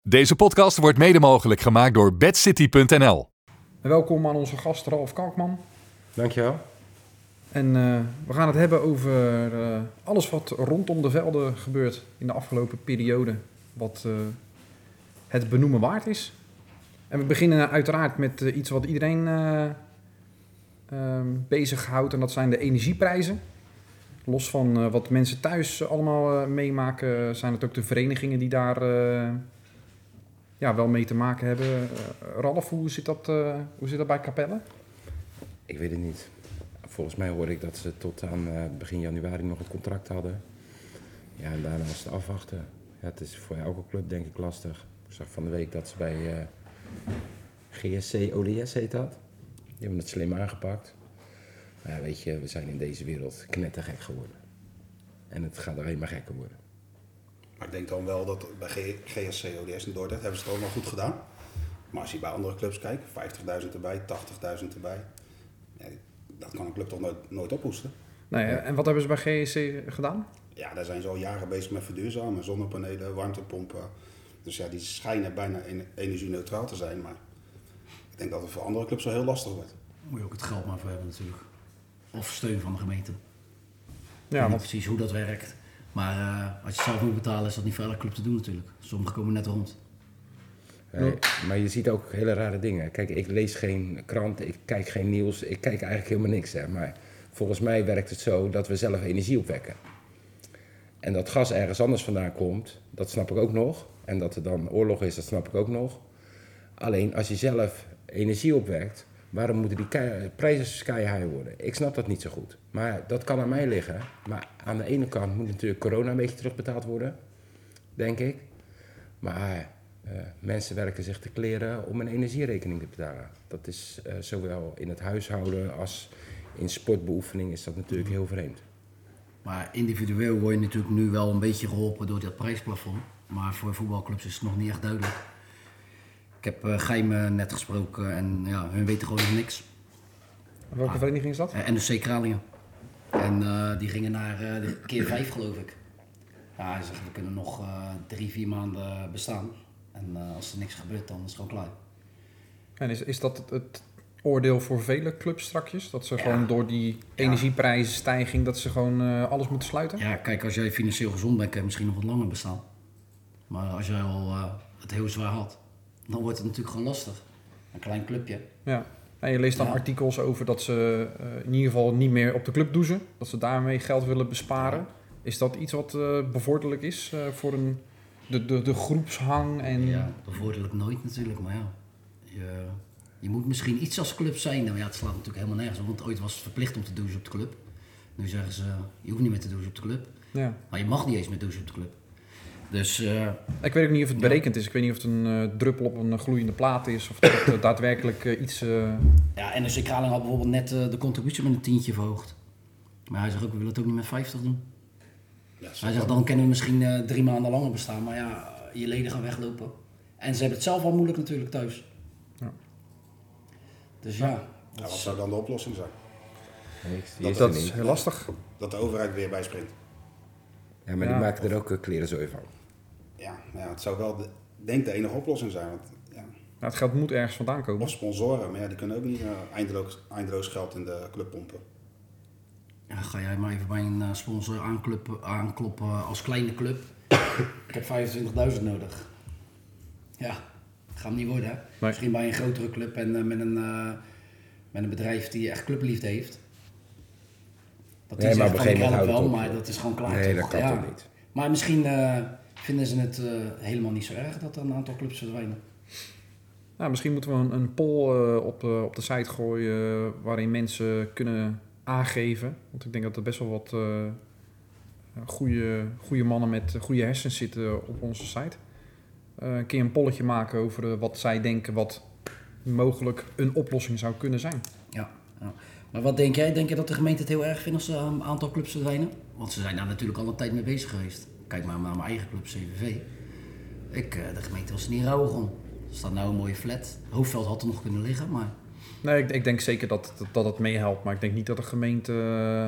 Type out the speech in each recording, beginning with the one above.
Deze podcast wordt mede mogelijk gemaakt door bedcity.nl. Welkom aan onze gast Ralf Kalkman. Dankjewel. En we gaan het hebben over alles wat rondom de velden gebeurt in de afgelopen periode. Wat het benoemen waard is. En we beginnen uiteraard met iets wat iedereen bezighoudt. En dat zijn de energieprijzen. Los van wat mensen thuis allemaal meemaken, zijn het ook de verenigingen die daar wel mee te maken hebben. Ralf, hoe zit dat bij Capelle? Ik weet het niet. Volgens mij hoorde ik dat ze tot aan begin januari nog het contract hadden. Ja, en daarna was het afwachten. Ja, het is voor elke club denk ik lastig. Ik zag van de week dat ze bij GSC ODS heet dat. Die hebben het slim aangepakt. Maar ja, weet je, we zijn in deze wereld knettergek geworden. En het gaat alleen maar gekker worden. Maar ik denk dan wel dat bij GSC ODS in Dordrecht hebben ze het ook wel goed gedaan. Maar als je bij andere clubs kijkt, 50.000 erbij, 80.000 erbij. Ja, dat kan een club toch nooit ophoesten. Nou ja, en wat hebben ze bij GSC gedaan? Ja, daar zijn ze al jaren bezig met verduurzamen. Zonnepanelen, warmtepompen. Dus ja, die schijnen bijna energie-neutraal te zijn. Maar ik denk dat het voor andere clubs wel heel lastig wordt. Daar moet je ook het geld maar voor hebben natuurlijk. Of steun van de gemeente. Ik Ja, weet niet precies hoe dat werkt. Maar als je het zelf moet betalen is dat niet voor elke club te doen natuurlijk. Sommigen komen net rond. Maar je ziet ook hele rare dingen. Kijk, ik lees geen krant, ik kijk geen nieuws, ik kijk eigenlijk helemaal niks. Hè. Maar volgens mij werkt het zo dat we zelf energie opwekken. En dat gas ergens anders vandaan komt, dat snap ik ook nog. En dat er dan oorlog is, dat snap ik ook nog. Alleen als je zelf energie opwekt, waarom moeten die prijzen sky high worden? Ik snap dat niet zo goed. Maar dat kan aan mij liggen. Maar aan de ene kant moet natuurlijk corona een beetje terugbetaald worden, denk ik. Maar mensen werken zich te kleren om een energierekening te betalen. Dat is zowel in het huishouden als in sportbeoefening is dat natuurlijk heel vreemd. Maar individueel word je natuurlijk nu wel een beetje geholpen door dat prijsplafond. Maar voor voetbalclubs is het nog niet echt duidelijk. Ik heb Geim net gesproken en ja, hun weten gewoon nog niks. Welke vereniging is dat? NOC Kralingen. En die gingen naar keer 5 geloof ik. Ja, hij zegt we kunnen nog 3-4 maanden bestaan. En als er niks gebeurt dan is het gewoon klaar. En is dat het oordeel voor vele clubs strakjes? Dat ze gewoon door die energieprijzenstijging, dat ze gewoon alles moeten sluiten? Ja, kijk, als jij financieel gezond bent, kan je misschien nog wat langer bestaan. Maar als jij al het heel zwaar had, dan wordt het natuurlijk gewoon lastig. Een klein clubje. Ja. En je leest dan artikels over dat ze in ieder geval niet meer op de club douchen. Dat ze daarmee geld willen besparen. Ja. Is dat iets wat bevorderlijk is voor de groepshang? En... Ja, bevorderlijk nooit natuurlijk, maar ja. Je moet misschien iets als club zijn. Nou ja, het slaat natuurlijk helemaal nergens op, want ooit was het verplicht om te douchen op de club. Nu zeggen ze, je hoeft niet meer te douchen op de club. Ja. Maar je mag niet eens meer douchen op de club. Dus, ik weet ook niet of het berekend is. Ik weet niet of het een druppel op een gloeiende plaat is. Of dat het daadwerkelijk iets... Ja, en NOC Kralingen had bijvoorbeeld net de contributie met een tientje verhoogd. Maar hij zegt ook, we willen het ook niet met 50 doen. Ja, hij zegt, dan kunnen we misschien 3 maanden langer bestaan. Maar ja, je leden gaan weglopen. En ze hebben het zelf al moeilijk natuurlijk thuis. Ja. Dus ja. Wat zou dan de oplossing zijn? Dat is heel lastig. Dat de overheid weer bijspringt. Ja, maar die maken er ook klerenzooi van. Ja, het zou wel denk de enige oplossing zijn. Want, het geld moet ergens vandaan komen. Of sponsoren, maar die kunnen ook niet eindeloos geld in de club pompen. Ja, ga jij maar even bij een sponsor aankloppen als kleine club. Ik heb 25.000 nodig. Ja, dat gaat niet worden. Hè? Nee. Misschien bij een grotere club en met een bedrijf die echt clubliefde heeft. Dat nee, maar op een gegeven moment houdt het op. Maar dat is gewoon klaar. Nee, toch? Dat kan toch niet. Maar misschien vinden ze het helemaal niet zo erg dat er een aantal clubs verdwijnen. Nou, misschien moeten we een poll op de site gooien waarin mensen kunnen aangeven. Want ik denk dat er best wel wat goede mannen met goede hersens zitten op onze site. Een keer een polletje maken over wat zij denken wat mogelijk een oplossing zou kunnen zijn. Ja. Maar wat denk jij? Denk je dat de gemeente het heel erg vindt als er een aantal clubs verdwijnen? Want ze zijn daar natuurlijk al een tijd mee bezig geweest. Kijk maar naar mijn eigen club, CVV. De gemeente was er niet rouwig om. Er staat nou een mooie flat. Hoofdveld had er nog kunnen liggen, maar... Nee, ik denk zeker dat het meehelpt. Maar ik denk niet dat de gemeente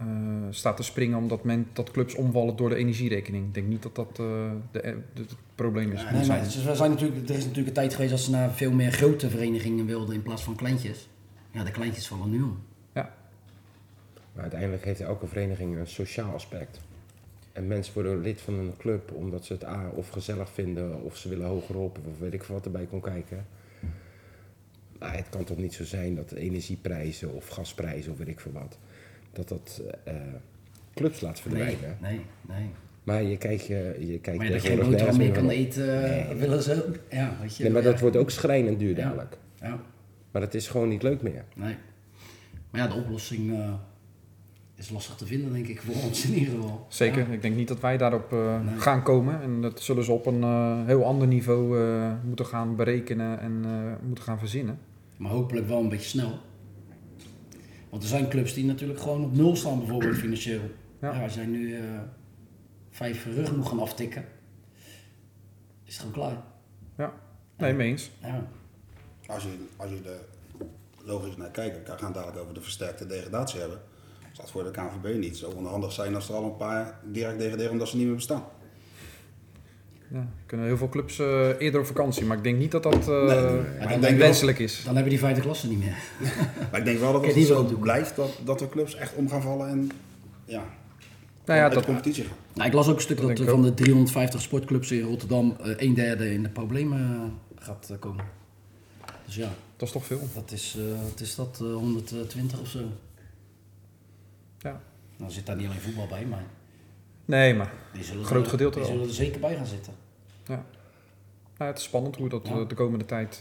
staat te springen omdat dat clubs omvallen door de energierekening. Ik denk niet dat dat het probleem is. Nee, maar er is natuurlijk een tijd geweest dat ze naar veel meer grote verenigingen wilden in plaats van kleintjes. Ja, de kleintjes vallen nu om. Ja. Maar uiteindelijk heeft elke vereniging een sociaal aspect. En mensen worden lid van een club omdat ze het of gezellig vinden of ze willen hogerop of weet ik wat erbij kon kijken. Maar het kan toch niet zo zijn dat energieprijzen of gasprijzen of weet ik veel wat, dat clubs laat verdwijnen. Nee. Maar je kijkt maar dat je geen boterham meer kan eten, willen ze ook. Ja, weet je, nee, maar dat wordt ook schrijnend duur dadelijk. Ja. Maar het is gewoon niet leuk meer. Nee. Maar ja, de oplossing is lastig te vinden, denk ik, voor ons in ieder geval. Zeker, ik denk niet dat wij daarop gaan komen. En dat zullen ze op een heel ander niveau moeten gaan berekenen en moeten gaan verzinnen. Maar hopelijk wel een beetje snel. Want er zijn clubs die natuurlijk gewoon op nul staan, bijvoorbeeld financieel. Ja, als jij nu 5 rug moet gaan aftikken, is het gewoon klaar. Ja, nee, mee eens. Ja. Als je er logisch naar kijkt, we gaan dadelijk over de versterkte degradatie hebben. Zal het voor de KNVB niet zo onhandig zijn als er al een paar direct degraderen omdat ze niet meer bestaan. Ja, kunnen heel veel clubs eerder op vakantie, maar ik denk niet dat dat wenselijk is. Dan hebben die 5e klasse niet meer. Maar ik denk wel dat het zo blijft dat de clubs echt om gaan vallen en de competitie gaan. Nou, ik las ook een stuk dat van de 350 sportclubs in Rotterdam 1/3 in de problemen gaat komen. Dus ja. Dat is toch veel? Dat is 120 of zo. Ja. Dan zit daar niet alleen voetbal bij, maar... Nee, maar groot gedeelte wel. Die zullen er zeker bij gaan zitten. Ja. Nou, het is spannend hoe dat de komende tijd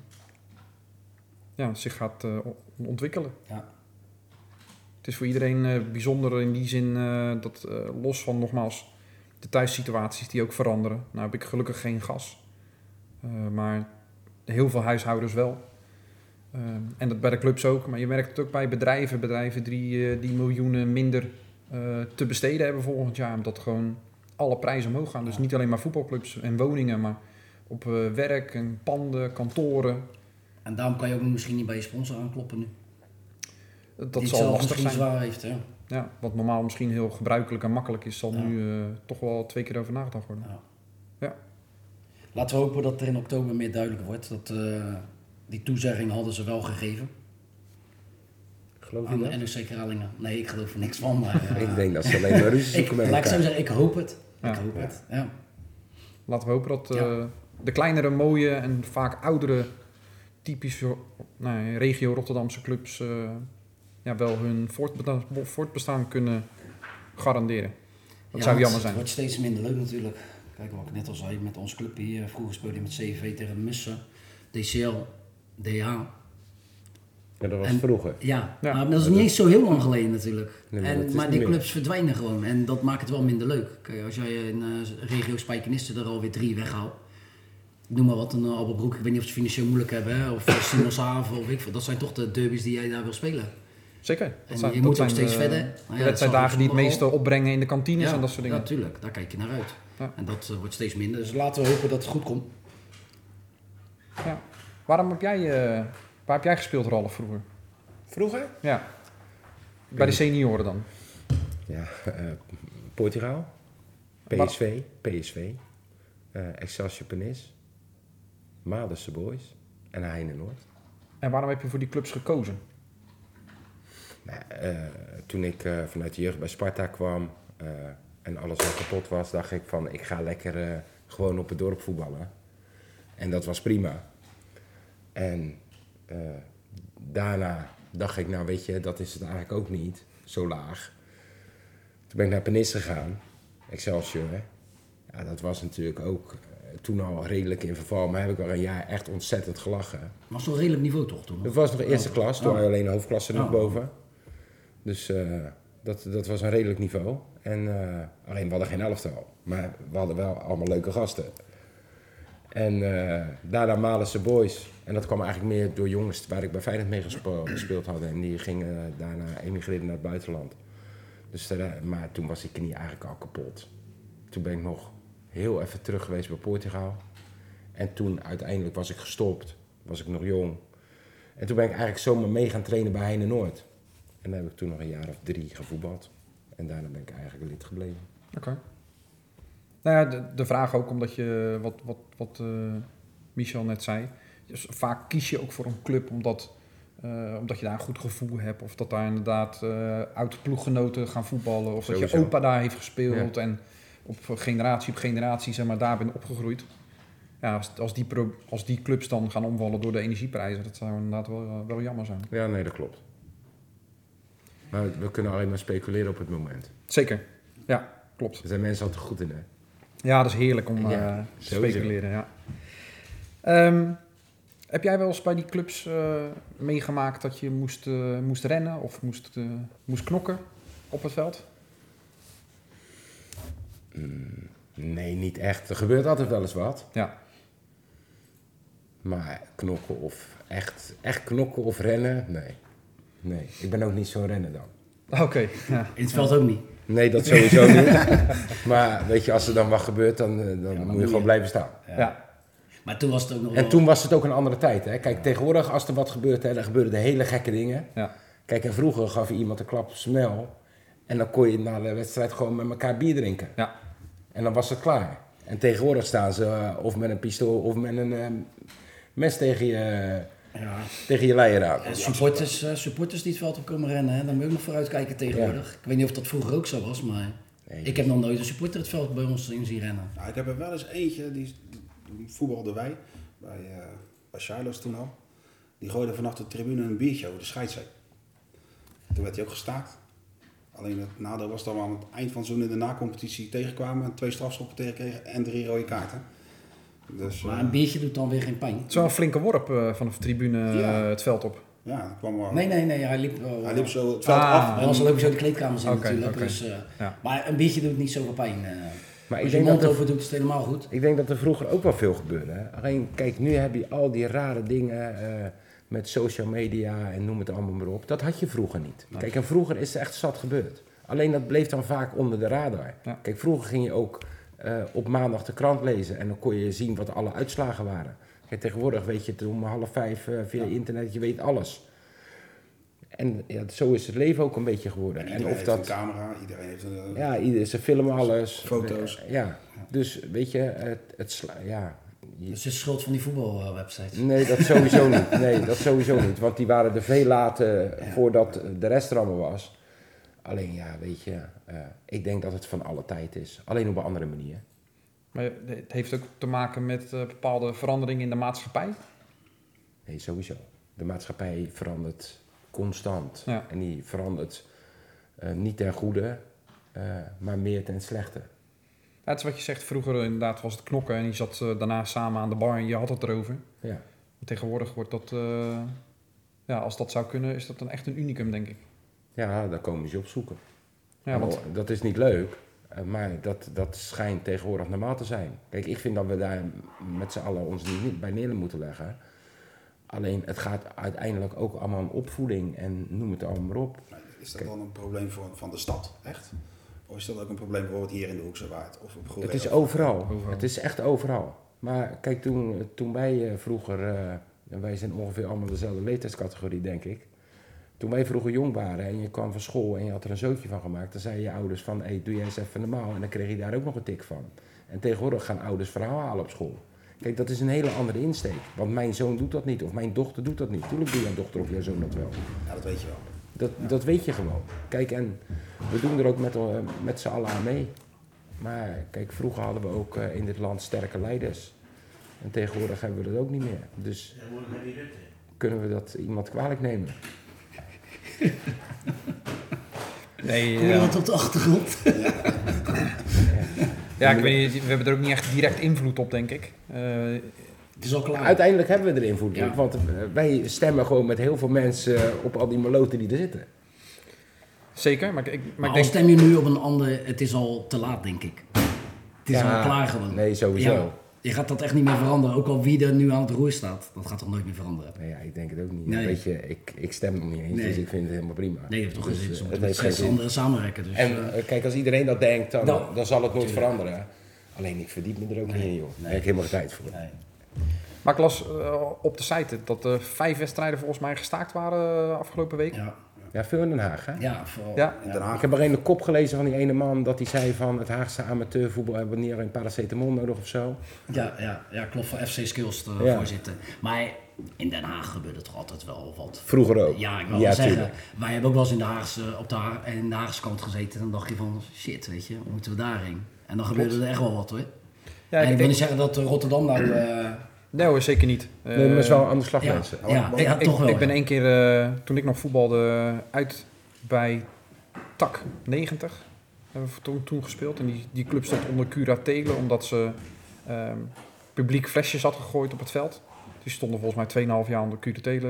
zich gaat ontwikkelen. Ja. Het is voor iedereen bijzonder in die zin dat los van nogmaals de thuissituaties die ook veranderen. Nou heb ik gelukkig geen gas, maar heel veel huishoudens wel. En dat bij de clubs ook, maar je merkt het ook bij bedrijven die miljoenen minder te besteden hebben volgend jaar. Omdat gewoon alle prijzen omhoog gaan. Dus niet alleen maar voetbalclubs en woningen, maar op werk en panden, kantoren. En daarom kan je ook misschien niet bij je sponsor aankloppen nu. Dat zal lastig zijn. Zwaar heeft, ja. Ja, wat normaal misschien heel gebruikelijk en makkelijk is, zal nu toch wel 2 keer over nagedacht worden. Ja. Laten we hopen dat er in oktober meer duidelijk wordt. Dat, die toezegging hadden ze wel gegeven. Geloof je aan dat? de NOC Kralingen. Nee, ik geloof er niks van. Maar, ik denk dat ze alleen maar ruzie zoeken met elkaar. Laat ik zo zeggen, ik hoop het. Ja. Ik hoop het, ja. Laten we hopen dat de kleinere, mooie en vaak oudere, typische regio Rotterdamse clubs wel hun voortbestaan kunnen garanderen. Dat zou jammer zijn. Het wordt steeds minder leuk natuurlijk. Kijk, wat ik net al zei, met onze club hier. Vroeger speelde je met CV tegen Mussen, DCL, DH. Ja, dat was vroeger. Ja, maar dat is niet eens zo heel lang geleden natuurlijk. Nee, maar die clubs verdwijnen gewoon en dat maakt het wel minder leuk. Kijk, als jij in regio Spijkenisse er alweer 3 weghaalt. Ik noem maar wat, een Albert-Broek, ik weet niet of ze financieel moeilijk hebben, hè? Of Simonshaven of ik veel. Dat zijn toch de derbies die jij daar wil spelen. Zeker. Je moet ook steeds verder. De wedstrijddagen die het meeste opbrengen in de kantines en dat soort dingen. Ja, natuurlijk. Daar kijk je naar uit. Ja. En dat wordt steeds minder. Dus laten we hopen dat het goed komt. Ja. Waar heb jij gespeeld, Ralf, vroeger? Vroeger? Ja. Bij de senioren dan? Ja, Portugal, PSV, Excelsior Pernis, Maderse Boys en Heine Noord. En waarom heb je voor die clubs gekozen? Nou, toen ik vanuit de jeugd bij Sparta kwam en alles wat kapot was, dacht ik van ik ga lekker gewoon op het dorp voetballen. En dat was prima. En daarna dacht ik, nou weet je, dat is het eigenlijk ook niet, zo laag. Toen ben ik naar Pernis gegaan, Excelsior. Ja, dat was natuurlijk ook toen al redelijk in verval, maar heb ik al een jaar echt ontzettend gelachen. Maar was toch redelijk niveau toch toen? Het was nog eerste klas, toen had je alleen de hoofdklasse nog boven. Dus dat was een redelijk niveau. En alleen we hadden geen elftal, maar we hadden wel allemaal leuke gasten. En daarna Malense Boys. En dat kwam eigenlijk meer door jongens waar ik bij Feyenoord mee gespeeld had. En die gingen daarna emigreren naar het buitenland. Dus, maar toen was die knie eigenlijk al kapot. Toen ben ik nog heel even terug geweest bij Portugal. En toen uiteindelijk was ik gestopt. Was ik nog jong. En toen ben ik eigenlijk zomaar mee gaan trainen bij Heine Noord. En dan heb ik toen nog een jaar of 3 gevoetbald. En daarna ben ik eigenlijk lid gebleven. Oké. Nou ja, de vraag ook omdat je, wat Michel net zei. Dus vaak kies je ook voor een club omdat je daar een goed gevoel hebt. Of dat daar inderdaad oud-ploeggenoten gaan voetballen. Of dat je opa daar heeft gespeeld. Ja. En op generatie zeg maar, daar bent opgegroeid. Ja, als die clubs dan gaan omvallen door de energieprijzen, dat zou inderdaad wel jammer zijn. Ja, nee, dat klopt. Maar we kunnen alleen maar speculeren op het moment. Zeker, ja, klopt. Er zijn mensen altijd goed in, hè? Ja, dat is heerlijk om te speculeren, ja. Heb jij wel eens bij die clubs meegemaakt dat je moest rennen of moest knokken op het veld? Nee, niet echt. Er gebeurt altijd wel eens wat. Ja. Maar knokken of echt knokken of rennen, nee. Ik ben ook niet zo'n renner dan. Oké. Ja. In het veld ook niet. Nee, dat sowieso niet. Maar weet je, als er dan wat gebeurt, dan moet je gewoon blijven staan. Ja. Maar toen was het ook nog En toen was het ook een andere tijd, hè. Kijk, tegenwoordig als er wat gebeurt, hè, dan gebeuren er hele gekke dingen. Ja. Kijk, en vroeger gaf je iemand een klap snel. En dan kon je na de wedstrijd gewoon met elkaar bier drinken. Ja. En dan was het klaar. En tegenwoordig staan ze of met een pistool of met een mes tegen je leier aan. Supporters die het veld op komen rennen, hè? Dan moet je ook nog vooruit kijken tegenwoordig. Ja. Ik weet niet of dat vroeger ook zo was, maar ik heb nog nooit een supporter het veld bij ons in zien rennen. Nou, ik heb er wel eens eentje, die voetbalden wij, bij Shiloh's toen al. Die gooide vanaf de tribune een biertje over de scheidszee. Toen werd hij ook gestaakt. Alleen het nadeel was dat we aan het eind van het seizoen in de nacompetitie tegenkwamen en 2 strafschoppen tegenkregen en 3 rode kaarten. Dus, maar een biertje doet dan weer geen pijn. Het is wel een flinke worp vanaf de tribune het veld op. Ja, dat kwam wel. Nee, hij liep zo het veld af. Hij was al ook zo de kleedkamers in natuurlijk. Okay. Dus, maar een biertje doet niet zoveel pijn. Maar als je mond over doet, is het helemaal goed. Ik denk dat er vroeger ook wel veel gebeurde. Hè? Alleen, kijk, nu heb je al die rare dingen met social media en noem het allemaal maar op. Dat had je vroeger niet. Nee. Kijk, en vroeger is er echt zat gebeurd. Alleen dat bleef dan vaak onder de radar. Ja. Kijk, vroeger ging je ook op maandag de krant lezen en dan kon je zien wat alle uitslagen waren. Kijk, tegenwoordig weet je het om 4:30 via internet, je weet alles. En ja, zo is het leven ook een beetje geworden. En iedereen heeft een camera, iedereen heeft een... Ja, ze filmen alles. Foto's. Ja, dus weet je, Dus het is schuld van die voetbalwebsites? Nee, dat sowieso niet. Nee, dat sowieso niet. Want die waren er veel later voordat de rest er allemaal was. Alleen ja, weet je, ik denk dat het van alle tijd is. Alleen op een andere manier. Maar het heeft ook te maken met bepaalde veranderingen in de maatschappij? Nee, sowieso. De maatschappij verandert constant. Ja. En die verandert niet ten goede, maar meer ten slechte. Ja, het is wat je zegt, vroeger inderdaad was het knokken en je zat daarna samen aan de bar en je had het erover. Ja. Tegenwoordig wordt dat, als dat zou kunnen, is dat dan echt een unicum, denk ik. Ja, daar komen ze op zoeken. Ja, want dat is niet leuk, maar dat schijnt tegenwoordig normaal te zijn. Kijk, ik vind dat we daar met z'n allen ons niet bij neer moeten leggen. Alleen, het gaat uiteindelijk ook allemaal om opvoeding en noem het allemaal maar op. Is dat dan een probleem van de stad, echt? Of is dat ook een probleem bijvoorbeeld hier in de Hoekse Waard? Het is overal. Het is echt overal. Maar kijk, toen wij vroeger, en wij zijn ongeveer allemaal dezelfde leeftijdscategorie, denk ik. Toen wij vroeger jong waren en je kwam van school en je had er een zootje van gemaakt, dan zeiden je ouders van, hey, doe jij eens even normaal. En dan kreeg je daar ook nog een tik van. En tegenwoordig gaan ouders verhaal halen op school. Kijk, dat is een hele andere insteek. Want mijn zoon doet dat niet, of mijn dochter doet dat niet. Tuurlijk doe jouw dochter of jouw zoon dat wel. Ja, dat weet je wel. Dat weet je gewoon. Kijk, en we doen er ook met z'n allen aan mee. Maar kijk, vroeger hadden we ook in dit land sterke leiders. En tegenwoordig hebben we dat ook niet meer. Dus kunnen we dat iemand kwalijk nemen? Nee, kom je wat op de achtergrond? Ja, ik weet niet, we hebben er ook niet echt direct invloed op, denk ik. Het is al klaar. Uiteindelijk hebben we er invloed op, want wij stemmen gewoon met heel veel mensen op al die maloten die er zitten. Zeker, maar ik denk... stem je nu op een ander, het is al te laat, denk ik. Het is al klaar gewoon. Nee, sowieso. Ja, je gaat dat echt niet meer veranderen, ook al wie er nu aan het roer staat. Dat gaat toch nooit meer veranderen. Nee, ik denk het ook niet. Nee. Weet je, ik stem nog niet eens, dus ik vind het helemaal prima. Nee, je hebt toch geen zin. Het heeft geen zin. Anderen samenwerken. Dus, en kijk, als iedereen dat denkt, dan zal het nooit veranderen. Alleen ik verdiep me er ook niet in, joh. Daar heb ik helemaal geen tijd voor. Nee. Maar ik las op de site dat 5 wedstrijden volgens mij gestaakt waren afgelopen week. Ja. Ja, veel in Den Haag, hè? Ja, vooral. Ja. In Den Haag. Ik heb alleen de kop gelezen van die ene man dat hij zei van het Haagse amateurvoetbal hebben niet een paracetamol nodig of zo. Ja, klopt, voor FC Skills de Ja. voorzitter. Maar in Den Haag gebeurt er toch altijd wel wat. Vroeger ook. Ja, ik wil wel zeggen, tuurlijk. wij hebben ook wel eens in de Haagse kant gezeten en dan dacht je van, shit, weet je, moeten we daarheen? En dan gebeurde er echt wel wat hoor. Ja, en ik wil niet zeggen dat Rotterdam nou... Nee hoor, zeker niet. Nee, maar het is wel aan de slag, ja. mensen. Ja, toch wel. Ik ben één keer, toen ik nog voetbalde, uit bij TAC 90. Hebben we toen gespeeld. En die club stond onder curatele omdat ze publiek flesjes had gegooid op het veld. Die stonden volgens mij 2,5 jaar onder curatele.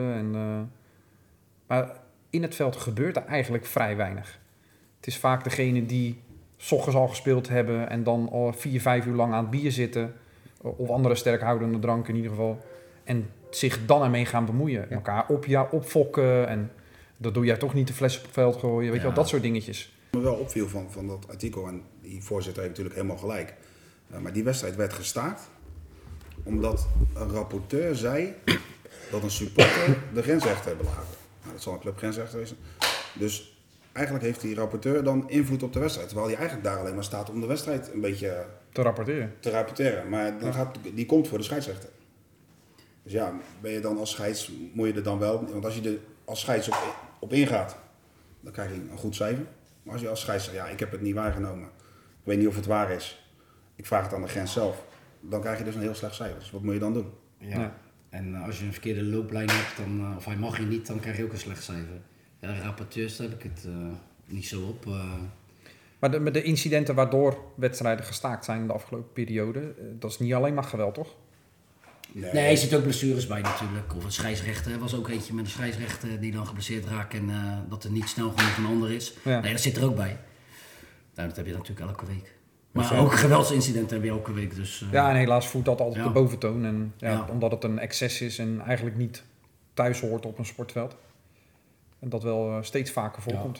Maar in het veld gebeurt er eigenlijk vrij weinig. Het is vaak degene die 's ochtends al gespeeld hebben en dan al 4-5 uur lang aan het bier zitten. Of andere sterkhoudende drank in ieder geval. En zich dan ermee gaan bemoeien. Ja. Elkaar opfokken. En dat doe jij toch niet de fles op het veld gooien. Weet je wel, dat soort dingetjes. Wat me wel opviel van dat artikel, en die voorzitter heeft natuurlijk helemaal gelijk. Maar die wedstrijd werd gestaakt omdat een rapporteur zei dat een supporter de grensrechter belaagde. Nou, dat zal een club grensrechter zijn. Dus eigenlijk heeft die rapporteur dan invloed op de wedstrijd. Terwijl hij eigenlijk daar alleen maar staat om de wedstrijd een beetje Te rapporteren. te rapporteren. Maar dan die komt voor de scheidsrechter. Dus ja, ben je dan als scheids, moet je er dan wel... Want als je er als scheids op ingaat, dan krijg je een goed cijfer. Maar als je als scheids zegt, ja, ik heb het niet waargenomen. Ik weet niet of het waar is. Ik vraag het aan de grens zelf. Dan krijg je dus een heel slecht cijfer. Dus wat moet je dan doen? Ja. En als je een verkeerde looplijn hebt, dan, of hij mag je niet, dan krijg je ook een slecht cijfer. Ja, rapporteurs, daar heb ik het niet zo op. Maar de incidenten waardoor wedstrijden gestaakt zijn in de afgelopen periode, dat is niet alleen maar geweld, toch? Nee, er zitten ook blessures bij natuurlijk. Of een scheidsrechter. Er was ook eentje met een scheidsrechter die dan geblesseerd raakt en dat er niet snel genoeg een ander is. Ja. Nee, dat zit er ook bij. Nou, dat heb je natuurlijk elke week. Maar ook geweldsincidenten heb je elke week. Dus, Ja, en helaas voert dat altijd Ja. de boventoon. En, Ja. Omdat het een excess is en eigenlijk niet thuis hoort op een sportveld. En dat wel steeds vaker voorkomt.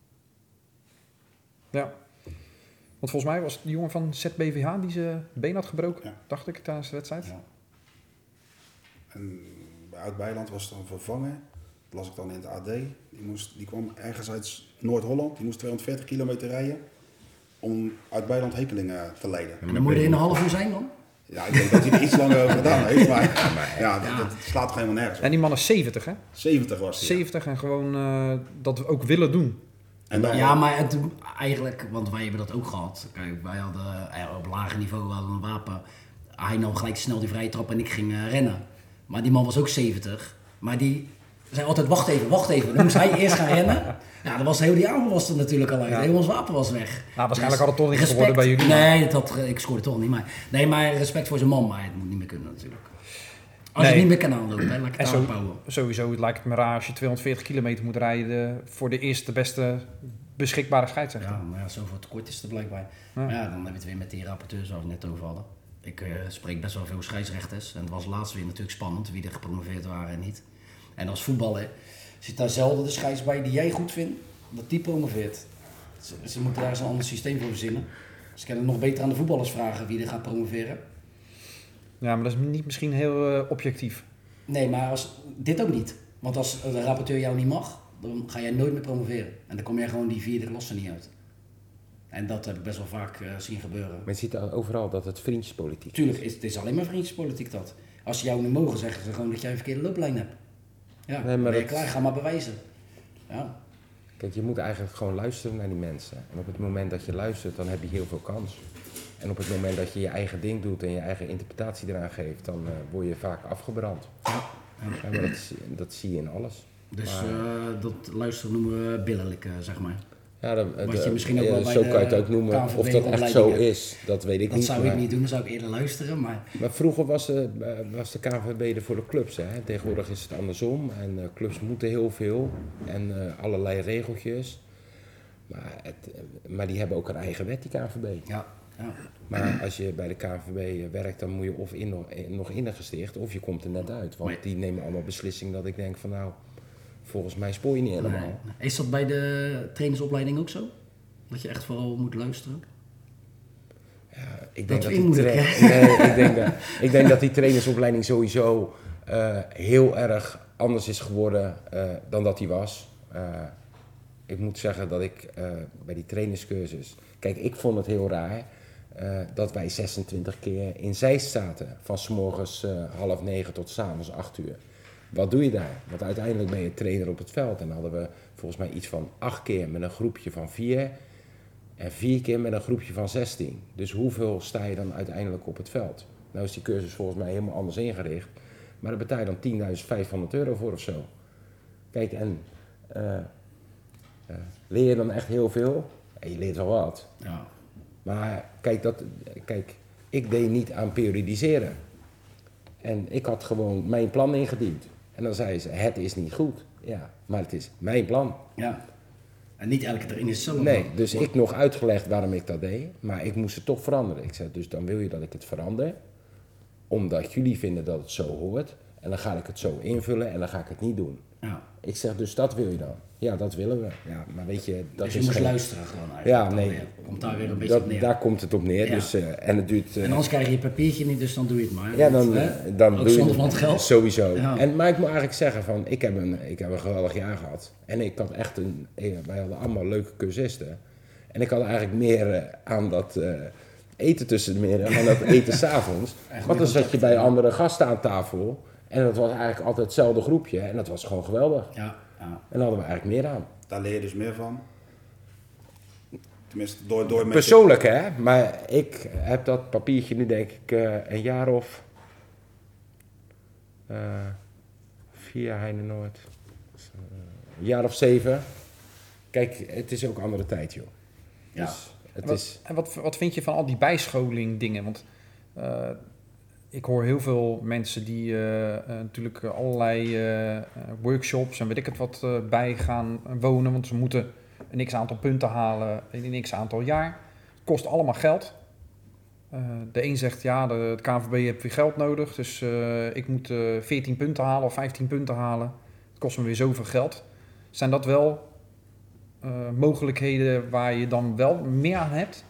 Ja. Want volgens mij was het die jongen van ZBVH die zijn been had gebroken, Ja. dacht ik, tijdens de wedstrijd. Ja. En bij Oud-Beiland was het dan vervangen. Dat las ik dan in het AD. Die kwam ergens uit Noord-Holland. Die moest 240 kilometer rijden om uit Beiland Hekelingen te leiden. En dan moet je er in een half uur zijn dan? Ja, ik denk dat hij er iets langer over gedaan heeft. Maar dat slaat toch helemaal nergens op. En die man is 70, hè? 70 was hij. 70 en gewoon dat we ook willen doen. En dan, Ja, maar het, eigenlijk, want wij hebben dat ook gehad. Kijk, wij hadden op lager niveau hadden een wapen. Hij nam gelijk snel die vrije trap en ik ging rennen. Maar die man was ook 70. Maar die zei altijd, wacht even. Dan moest hij eerst gaan rennen. Ja, dan was heel die avond was er natuurlijk al uit. Ja. Heel ons wapen was weg. Nou, waarschijnlijk had het toch niet respect- geworden bij jullie. Nee, ik scoorde toch niet. Maar respect voor zijn man, maar het moet niet meer kunnen natuurlijk. Als je Nee. niet meer kan aanlopen, hè, laat ik En het aanbouwen. sowieso lijkt het me raar als je 240 kilometer moet rijden voor de eerste beste beschikbare scheidsrechter. Ja, maar ja, zoveel tekort is er blijkbaar. Ja. Maar ja, dan heb je het weer met die rapporteurs waar we het net over hadden. Ik spreek best wel veel scheidsrechters. En het was laatst weer natuurlijk spannend wie er gepromoveerd waren en niet. En als voetballer zit daar zelden de scheids bij die jij goed vindt, dat die promoveert. Ze moeten daar eens een ander systeem voor verzinnen. Ze kunnen nog beter aan de voetballers vragen wie er gaat promoveren. Ja, maar dat is niet misschien heel objectief. Nee, maar dit ook niet. Want als de rapporteur jou niet mag, dan ga jij nooit meer promoveren. En dan kom jij gewoon die vierde klasse niet uit. En dat heb ik best wel vaak zien gebeuren. Maar je ziet overal dat het vriendjespolitiek is. Tuurlijk, het is alleen maar vriendjespolitiek dat. Als ze jou niet mogen, zeggen ze gewoon dat jij een verkeerde looplijn hebt. Ja, Nee, dan maar ben je dat- klaar, ga maar bewijzen. Ja. Kijk, je moet eigenlijk gewoon luisteren naar die mensen. En op het moment dat je luistert, dan heb je heel veel kans. En op het moment dat je je eigen ding doet en je eigen interpretatie eraan geeft, dan word je vaak afgebrand. Ja, maar dat zie je in alles. Dus Maar- dat luisteren noemen we billerlijk, zeg maar. Ja, Wat je misschien ook wel bij zo de kan je het ook noemen. KNVB Of dat echt zo opleidingen. is, dat weet ik Dat niet. zou maar, ik niet doen, dan zou ik eerder luisteren. Maar maar vroeger was de KNVB er voor de clubs. Hè? Tegenwoordig is het andersom. En clubs moeten heel veel. En allerlei regeltjes. Maar die hebben ook een eigen wet, die KNVB. ja. Maar als je bij de KNVB werkt, dan moet je of nog in een gesticht, of je komt er net uit. Want Maar- die nemen allemaal beslissingen dat ik denk van nou, volgens mij spoor je niet helemaal. Nee. Is dat bij de trainersopleiding ook zo? Dat je echt vooral moet luisteren? Ik Dat denk vind ik moeilijk, ik denk dat die trainersopleiding sowieso heel erg anders is geworden dan dat die was. Ik moet zeggen dat ik bij die trainerscursus... Kijk, ik vond het heel raar dat wij 26 keer in Zeist zaten. Van 's morgens 8:30 tot 's avonds 8 uur. Wat doe je daar? Want uiteindelijk ben je trainer op het veld. En dan hadden we volgens mij iets van 8 keer met een groepje van 4... En 4 keer met een groepje van 16. Dus hoeveel sta je dan uiteindelijk op het veld? Nou is die cursus volgens mij helemaal anders ingericht. Maar daar betaal je dan €10.500 voor of zo. Kijk, en leer je dan echt heel veel? En je leert wel wat. Ja. Maar kijk, ik deed niet aan periodiseren. En ik had gewoon mijn plan ingediend. En dan zei ze, het is niet goed. Ja, maar het is mijn plan. Ja. En niet elke trainer is zo. Nee, dus ik nog uitgelegd waarom ik dat deed. Maar ik moest het toch veranderen. Ik zei, dus dan wil je dat ik het verander. Omdat jullie vinden dat het zo hoort. En dan ga ik het zo invullen en dan ga ik het niet doen. Ja. Ik zeg, dus dat wil je dan? Ja, dat willen we. Ja, maar weet je, dat Dus je is moest geen... luisteren gewoon eigenlijk. Ja, nee. Komt daar weer een beetje op neer. Daar komt het op neer. Ja. Dus, en het duurt... En anders krijg je je papiertje niet, dus dan doe je het maar. ja, dan ook doe je zonder van het geld. Sowieso. Ja. Maar ik moet eigenlijk zeggen, van, ik heb een geweldig jaar gehad. En ik had echt wij hadden allemaal leuke cursisten. En ik had eigenlijk meer aan dat eten tussen de middag en aan dat eten 's avonds. Want dan zat je bij andere gasten aan tafel. En dat was eigenlijk altijd hetzelfde groepje. En dat was gewoon geweldig. Ja. En daar hadden we eigenlijk meer aan. Daar leer je dus meer van. Tenminste, door met Persoonlijk hè, maar ik heb dat papiertje nu denk ik een jaar of 4 Heinenoord. Een jaar of 7. Kijk, het is ook andere tijd joh. Ja. Dus het is... En wat vind je van al die bijscholing dingen? Want ik hoor heel veel mensen die natuurlijk allerlei workshops en weet ik het wat bij gaan wonen. Want ze moeten een x-aantal punten halen in een x-aantal jaar. Kost allemaal geld. De een zegt, ja, het KNVB heeft weer geld nodig. Dus ik moet 14 punten halen of 15 punten halen. Het kost me weer zoveel geld. Zijn dat wel mogelijkheden waar je dan wel meer aan hebt?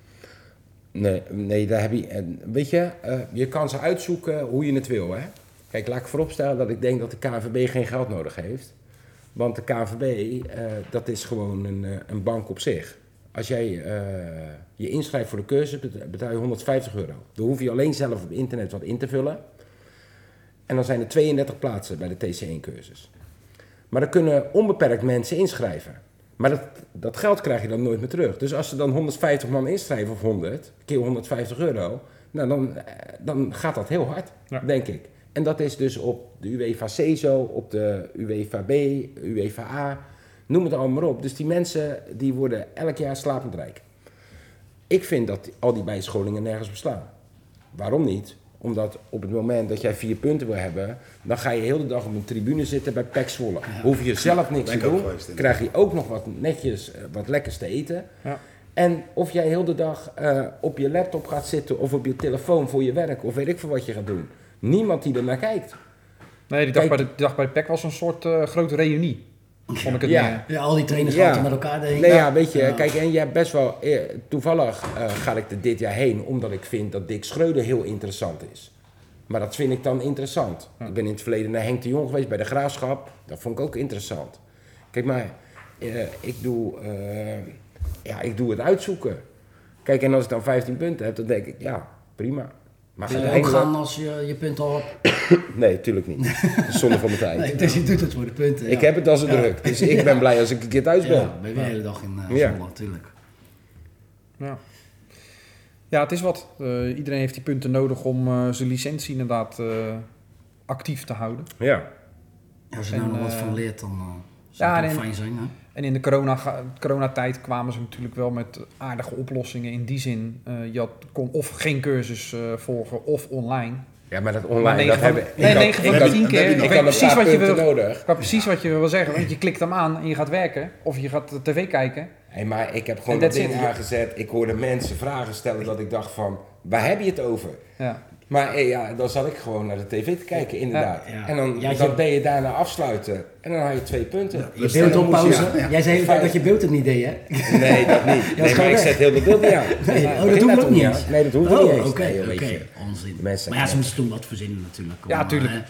Nee, daar heb je... Weet je, je kan ze uitzoeken hoe je het wil, hè. Kijk, laat ik vooropstellen dat ik denk dat de KNVB geen geld nodig heeft. Want de KNVB, dat is gewoon een bank op zich. Als jij je inschrijft voor de cursus, betaal je €150. Dan hoef je alleen zelf op internet wat in te vullen. En dan zijn er 32 plaatsen bij de TC1-cursus. Maar er kunnen onbeperkt mensen inschrijven. Maar dat geld krijg je dan nooit meer terug. Dus als ze dan 150 man inschrijven of 100, keer €150, nou dan gaat dat heel hard, denk ik. En dat is dus op de UEFA CESO, op de UEFA B, UEFA A, noem het allemaal maar op. Dus die mensen die worden elk jaar slapend rijk. Ik vind dat al die bijscholingen nergens beslaan. Waarom niet? Omdat op het moment dat jij 4 punten wil hebben, dan ga je heel de dag op een tribune zitten bij PEC Zwolle. Hoef je zelf niks te doen, krijg je ook nog wat netjes, wat lekkers te eten. Ja. En of jij heel de dag op je laptop gaat zitten of op je telefoon voor je werk of weet ik veel wat je gaat doen. Niemand die er naar kijkt. Nee, die dag bij de PEC was een soort grote reunie. Vond ik het ja, al die trainers zaten met elkaar heen. Nee, ja, weet je, kijk, en je hebt best wel... toevallig ga ik er dit jaar heen, omdat ik vind dat Dick Schreuder heel interessant is. Maar dat vind ik dan interessant. Ja. Ik ben in het verleden naar Henk de Jong geweest bij de Graafschap. Dat vond ik ook interessant. Kijk, maar ik doe het uitzoeken. Kijk, en als ik dan 15 punten heb, dan denk ik, ja, prima. Maar wil je ook gaan als je punten al hebt? Nee, natuurlijk niet. Dat is zonde van mijn tijd. Nee, dus je doet het voor de punten. Ja. Ik heb het als een druk. Dus ik ben blij als ik een keer thuis ben. Ja, ben je de hele dag in Zwolle, natuurlijk. Ja, het is wat. Iedereen heeft die punten nodig om zijn licentie inderdaad actief te houden. Ja. Als je nou nog wat van leert, dan zou het fijn zijn. Hè? En in de coronatijd kwamen ze natuurlijk wel met aardige oplossingen. In die zin, je kon of geen cursus volgen of online. Ja, maar dat online, dat hebben... Nee, 9 van de 10 keer. Ik weet precies wat je wil. Nodig. Precies wat je wil zeggen. Want je klikt hem aan en je gaat werken. Of je gaat tv kijken. Hey, maar ik heb gewoon dat ding aangezet. Ik hoorde mensen vragen stellen dat ik dacht van... Waar heb je het over? Ja. Maar dan zat ik gewoon naar de tv te kijken, inderdaad. Ja. En dan ben je daarna afsluiten. En dan had je 2 punten. Ja, je beeld op pauze. Jij zei dat je beeld het niet deed, hè? Nee, dat niet. Nee, maar ik zet heel de beeld niet aan. Dat doen we ook niet eens. Nee, dat hoeft niet eens. Oké, onzin. Maar ja, ze moesten toen wat verzinnen natuurlijk. Ja, natuurlijk.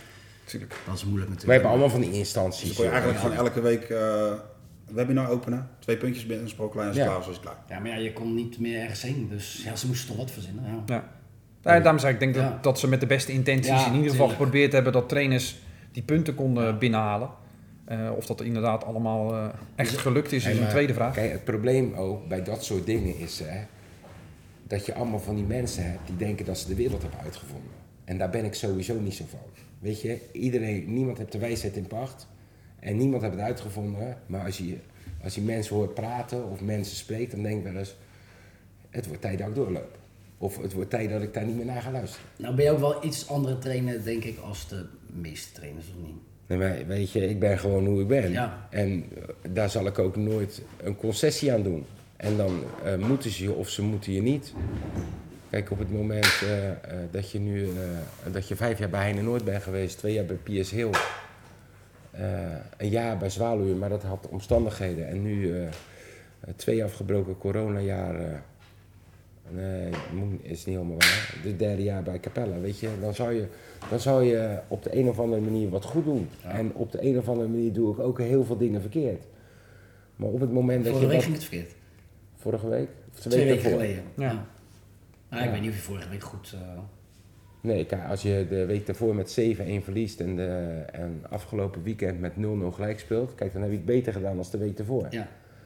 tuurlijk. Dat is moeilijk We natuurlijk. hebben allemaal van die instanties. Dus dan kon je eigenlijk gewoon elke week webinar openen, 2 puntjes binnen gesproken, klein en Ja. klaar, zo is het klaar. Ja, maar ja, je kon niet meer ergens heen. Dus ja, ze moesten toch wat verzinnen. Ja. Ja. Nou, daarom zei ik, denk Ja. dat ze met de beste intenties Ja, in ieder geval tuurlijk. geprobeerd hebben dat trainers die punten konden binnenhalen. Of dat inderdaad allemaal echt gelukt is Hey, een maar tweede vraag. Kijk, het probleem ook bij dat soort dingen is dat je allemaal van die mensen hebt die denken dat ze de wereld hebben uitgevonden. En daar ben ik sowieso niet zo van. Weet je, niemand heeft de wijsheid in pacht en niemand heeft het uitgevonden. Maar als je mensen hoort praten of mensen spreekt, dan denk ik wel eens, het wordt tijd dat ik doorloop. Of het wordt tijd dat ik daar niet meer naar ga luisteren. Nou ben je ook wel iets andere trainer, denk ik, als de meeste trainers, of niet? Nee, maar weet je, ik ben gewoon hoe ik ben. Ja. En daar zal ik ook nooit een concessie aan doen. En dan moeten ze je of ze moeten je niet. Kijk, op het moment dat je 5 jaar bij Heine Noord bent geweest, 2 jaar bij Piers Hill, een jaar bij Zwaluwe, maar dat had omstandigheden. En nu 2 afgebroken coronajaren. Nee, is niet helemaal waar. Het 3e jaar bij Capella, weet je. Dan zou je op de een of andere manier wat goed doen. Ja. En op de een of andere manier doe ik ook heel veel dingen verkeerd. Maar op het moment dat Vorige je... week ging het verkeerd. Vorige week? Of 2 weken ervoor? geleden. Ja. Ja. Nou, ik Ja. weet niet of je vorige week goed... Nee, kijk, als je de week daarvoor met 7-1 verliest en afgelopen weekend met 0-0 gelijk speelt, kijk, dan heb je het beter gedaan dan de week daarvoor. ja.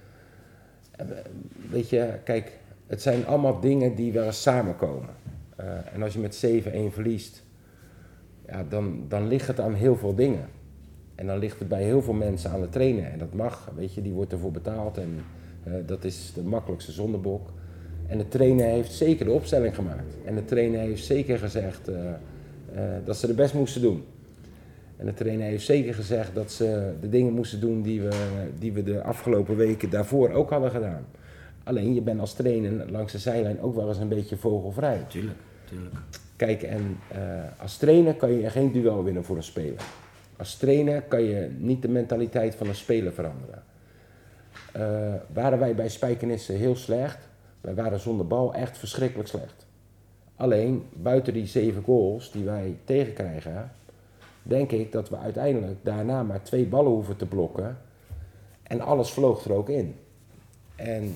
Weet je, kijk, het zijn allemaal dingen die wel eens samenkomen. En als je met 7-1 verliest, ja, dan ligt het aan heel veel dingen. En dan ligt het bij heel veel mensen aan de trainer. En dat mag, weet je, die wordt ervoor betaald en dat is de makkelijkste zondebok. En de trainer heeft zeker de opstelling gemaakt. En de trainer heeft zeker gezegd dat ze de best moesten doen. En de trainer heeft zeker gezegd dat ze de dingen moesten doen die we de afgelopen weken daarvoor ook hadden gedaan. Alleen, je bent als trainer langs de zijlijn ook wel eens een beetje vogelvrij. Tuurlijk. Kijk, en als trainer kan je geen duel winnen voor een speler. Als trainer kan je niet de mentaliteit van een speler veranderen. Waren wij bij Spijkenisse heel slecht? Wij waren zonder bal echt verschrikkelijk slecht. Alleen, buiten die 7 goals die wij tegenkrijgen, denk ik dat we uiteindelijk daarna maar 2 ballen hoeven te blokken. En alles vloog er ook in. En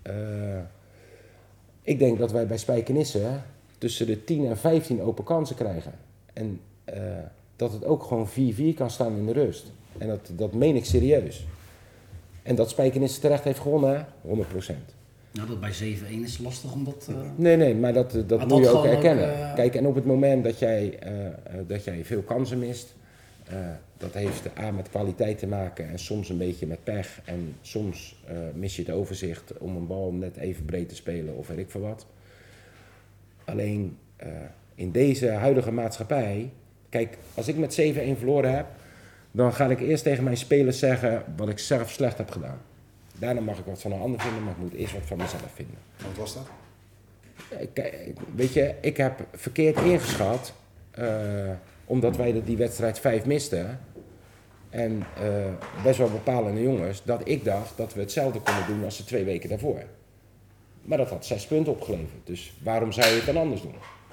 ik denk dat wij bij Spijkenisse tussen de 10 en 15 open kansen krijgen. En dat het ook gewoon 4-4 kan staan in de rust. En dat meen ik serieus. En dat Spijkenisse terecht heeft gewonnen, 100%. Nou, dat bij 7-1 is lastig om dat... Nee, maar dat Maar moet je dat ook gewoon erkennen. ook, Kijk, en op het moment dat jij veel kansen mist, dat heeft met kwaliteit te maken en soms een beetje met pech. En soms mis je het overzicht om een bal net even breed te spelen of weet ik veel wat. Alleen in deze huidige maatschappij, kijk, als ik met 7-1 verloren heb, dan ga ik eerst tegen mijn spelers zeggen wat ik zelf slecht heb gedaan. Daarna mag ik wat van een ander vinden, maar ik moet eerst wat van mezelf vinden. Wat was dat? Weet je, ik heb verkeerd ingeschat, omdat wij die wedstrijd 5 misten. En best wel bepalende jongens, dat ik dacht dat we hetzelfde konden doen als de 2 weken daarvoor. Maar dat had 6 punten opgeleverd, dus waarom zou je het dan anders doen?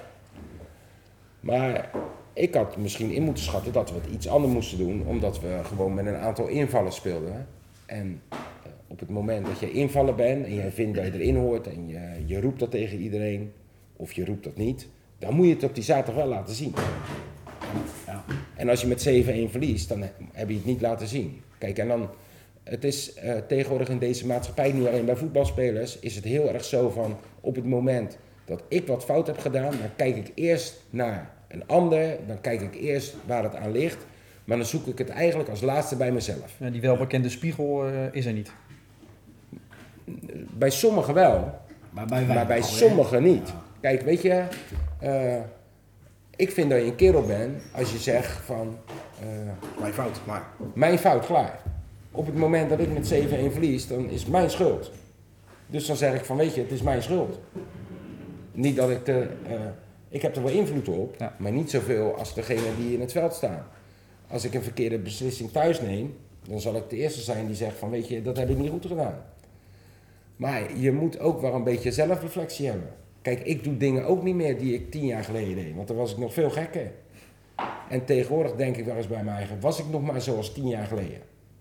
Maar ik had misschien in moeten schatten dat we het iets anders moesten doen, omdat we gewoon met een aantal invallen speelden. En op het moment dat je invaller bent en jij vindt dat je erin hoort en je roept dat tegen iedereen, of je roept dat niet, dan moet je het op die zaterdag wel laten zien. Ja. En als je met 7-1 verliest, dan heb je het niet laten zien. Kijk, en dan, het is tegenwoordig in deze maatschappij, niet alleen bij voetbalspelers, is het heel erg zo van, op het moment dat ik wat fout heb gedaan, dan kijk ik eerst naar een ander, dan kijk ik eerst waar het aan ligt, maar dan zoek ik het eigenlijk als laatste bij mezelf. Die welbekende spiegel is er niet. Bij sommigen wel, maar bij sommigen niet. Ja. Kijk, weet je, ik vind dat je een kerel bent als je zegt van, Mijn fout, maar. mijn fout, klaar. Op het moment dat ik met 7-1 verlies, dan is het mijn schuld. Dus dan zeg ik van, weet je, het is mijn schuld. Niet dat ik heb er wel invloed op, Ja. maar niet zoveel als degene die in het veld staan. Als ik een verkeerde beslissing thuis neem, dan zal ik de eerste zijn die zegt van, weet je, dat heb ik niet goed gedaan. Maar je moet ook wel een beetje zelfreflectie hebben. Kijk, ik doe dingen ook niet meer die ik 10 jaar geleden deed, want dan was ik nog veel gekker. En tegenwoordig denk ik wel eens bij mij eigen, was ik nog maar zoals 10 jaar geleden.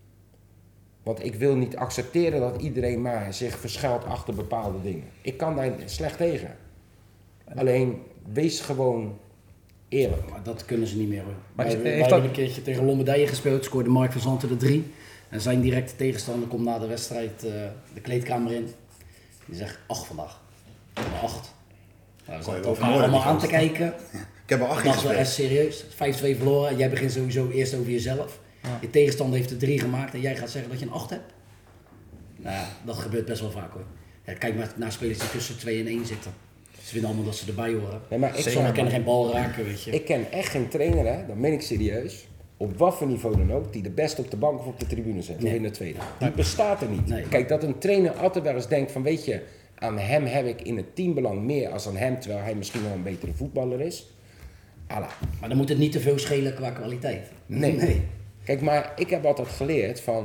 Want ik wil niet accepteren dat iedereen maar zich verschuilt achter bepaalde dingen. Ik kan daar slecht tegen. Alleen, wees gewoon eerlijk. Maar dat kunnen ze niet meer hoor. Maar Wij heeft hebben dat- een keertje tegen Lombardije gespeeld, scoorde Mark van Zanten er 3. En zijn directe tegenstander komt na de wedstrijd de kleedkamer in. Die zegt 8 vandaag. 8. Nou, we Kon je zaten wel elkaar vermoorden, allemaal die aan te gozer. kijken. Ik heb er 8 Dat was wel gespeeld. echt serieus. 5-2 verloren. Jij begint sowieso eerst over jezelf. Ja. Je tegenstander heeft er 3 gemaakt en jij gaat zeggen dat je een 8 hebt. Nou ja, dat gebeurt best wel vaak hoor. Ja, kijk maar naar spelers die tussen 2 en 1 zitten. Ze vinden allemaal dat ze erbij horen. Nee, maar ik, Sommigen kunnen geen bal raken, weet je. ik ken echt geen trainer, hè, dat meen ik serieus, op wat voor niveau dan ook, die de best op de bank of op de tribune zet, Nee. of in de tweede. Die bestaat er niet. Nee. Kijk, dat een trainer altijd wel eens denkt van, weet je, aan hem heb ik in het teambelang meer als aan hem, terwijl hij misschien wel een betere voetballer is. Allah. Maar dan moet het niet te veel schelen qua kwaliteit. Nee. Kijk, maar ik heb altijd geleerd van,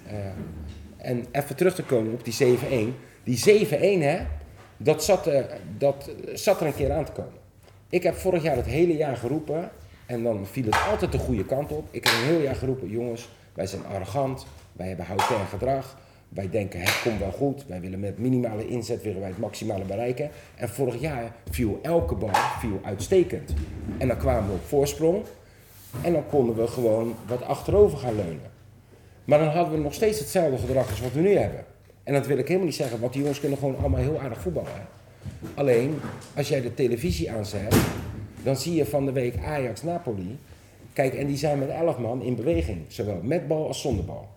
en even terug te komen op die 7-1. Die 7-1, hè, dat zat er een keer aan te komen. Ik heb vorig jaar het hele jaar geroepen, en dan viel het altijd de goede kant op. Ik heb een heel jaar geroepen, jongens, wij zijn arrogant, wij hebben houtern gedrag. Wij denken, het komt wel goed, wij willen met minimale inzet willen wij het maximale bereiken. En vorig jaar viel elke bal uitstekend. En dan kwamen we op voorsprong en dan konden we gewoon wat achterover gaan leunen. Maar dan hadden we nog steeds hetzelfde gedrag als wat we nu hebben. En dat wil ik helemaal niet zeggen, want die jongens kunnen gewoon allemaal heel aardig voetballen. Hè? Alleen, als jij de televisie aanzet, dan zie je van de week Ajax-Napoli. Kijk, en die zijn met 11 man in beweging, zowel met bal als zonder bal.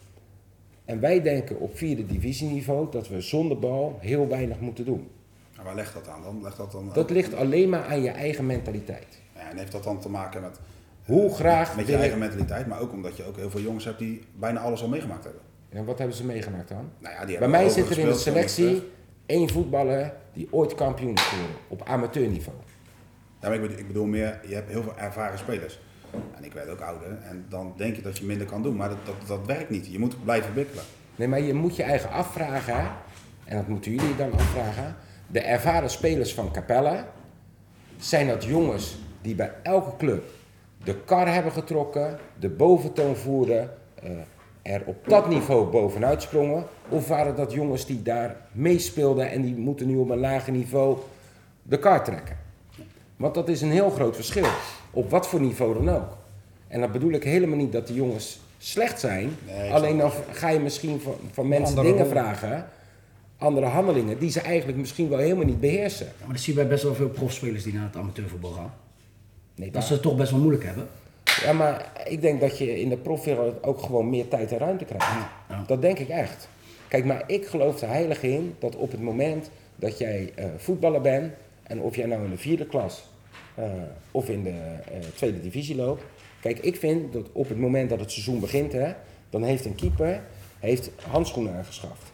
En wij denken op 4e divisieniveau dat we zonder bal heel weinig moeten doen. Maar waar legt dat aan dan? Dat ligt alleen maar aan je eigen mentaliteit. Ja, en heeft dat dan te maken met, Hoe graag met je wil eigen ik... mentaliteit, maar ook omdat je ook heel veel jongens hebt die bijna alles al meegemaakt hebben. En wat hebben ze meegemaakt dan? Nou ja, die Bij hebben mij ook zit er in de gespeeld, selectie 1 voetballer die ooit kampioen is geworden, op amateurniveau. Ja, maar ik bedoel meer, je hebt heel veel ervaren spelers. En ik werd ook ouder en dan denk je dat je minder kan doen, maar dat werkt niet. Je moet blijven bikkelen. Nee, maar je moet je eigen afvragen, hè, en dat moeten jullie dan afvragen. De ervaren spelers van Capelle, zijn dat jongens die bij elke club de kar hebben getrokken, de boventoon voerden, er op dat niveau bovenuit sprongen? Of waren dat jongens die daar meespeelden en die moeten nu op een lager niveau de kar trekken? Want dat is een heel groot verschil, op wat voor niveau dan ook. En dan bedoel ik helemaal niet dat die jongens slecht zijn, Nee, alleen dan ga je misschien van mensen Andere dingen rol. vragen, andere handelingen, die ze eigenlijk misschien wel helemaal niet beheersen. Ja, maar dat zie je bij best wel veel profspelers die naar het amateurvoetbal gaan. Nee, Dat ze het toch best wel moeilijk hebben. Ja, maar ik denk dat je in de profwereld ook gewoon meer tijd en ruimte krijgt. Ja. Dat denk ik echt. Kijk, maar ik geloof er heilig in dat op het moment dat jij voetballer bent, en of jij nou in de 4e klas of in de 2e divisie loopt. Kijk, ik vind dat op het moment dat het seizoen begint, hè, dan heeft een keeper handschoenen aangeschaft.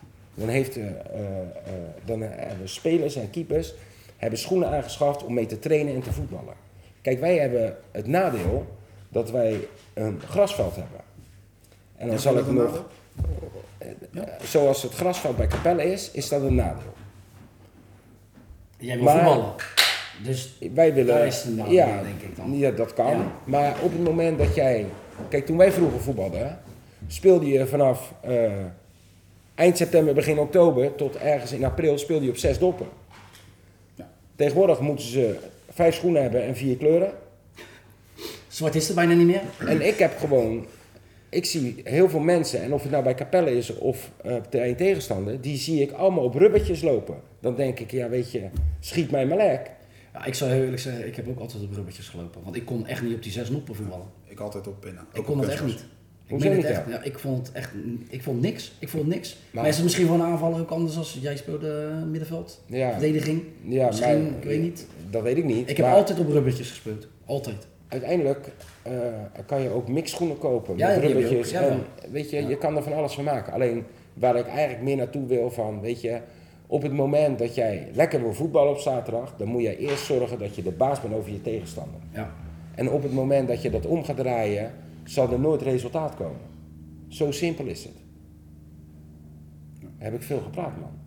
Dan hebben spelers en keepers hebben schoenen aangeschaft om mee te trainen en te voetballen. Kijk, wij hebben het nadeel dat wij een grasveld hebben. En dan Ja, zal is ik dat een nog, zoals het grasveld bij Capelle is dat een nadeel. Jij wil Maar- voetballen. Dus Wij willen, daar is het nadeel, ja, denk ik dan. ja, dat kan. Ja. Maar op het moment dat jij, kijk, toen wij vroeger voetbalden, speelde je vanaf eind september, begin oktober tot ergens in april speelde je op 6 doppen. Ja. Tegenwoordig moeten ze 5 schoenen hebben en 4 kleuren. zwart is er bijna niet meer. En ik zie heel veel mensen, en of het nou bij Capelle is of de een tegenstander, die zie ik allemaal op rubbertjes lopen. Dan denk ik, ja weet je, schiet mij maar lek. Ja, ik zou heel eerlijk zeggen, ik heb ook altijd op rubbertjes gelopen. Want ik kon echt niet op die 6 noppen voetballen. Ik altijd op pinnen. Ik kon het echt niet. Hoezo meen niet, het echt. ja? Ja, ik vond het echt, ik vond niks. Maar- Maar is het misschien van een aanvallen ook anders als jij speelde middenveld? Ja. Verdediging? Ja, Misschien, maar- ik weet niet. Dat weet ik niet. Ik heb maar altijd op rubbertjes gespeeld. Altijd. uiteindelijk kan je ook mixschoenen kopen Ja, met die heb je ook, rubbertjes. ja, En wel. weet je, Ja. je kan er van alles van maken. Alleen waar ik eigenlijk meer naartoe wil van, weet je, op het moment dat jij lekker wil voetballen op zaterdag, dan moet jij eerst zorgen dat je de baas bent over je tegenstander. Ja. En op het moment dat je dat om gaat draaien, zal er nooit resultaat komen. Zo simpel is het. Heb ik veel gepraat, man.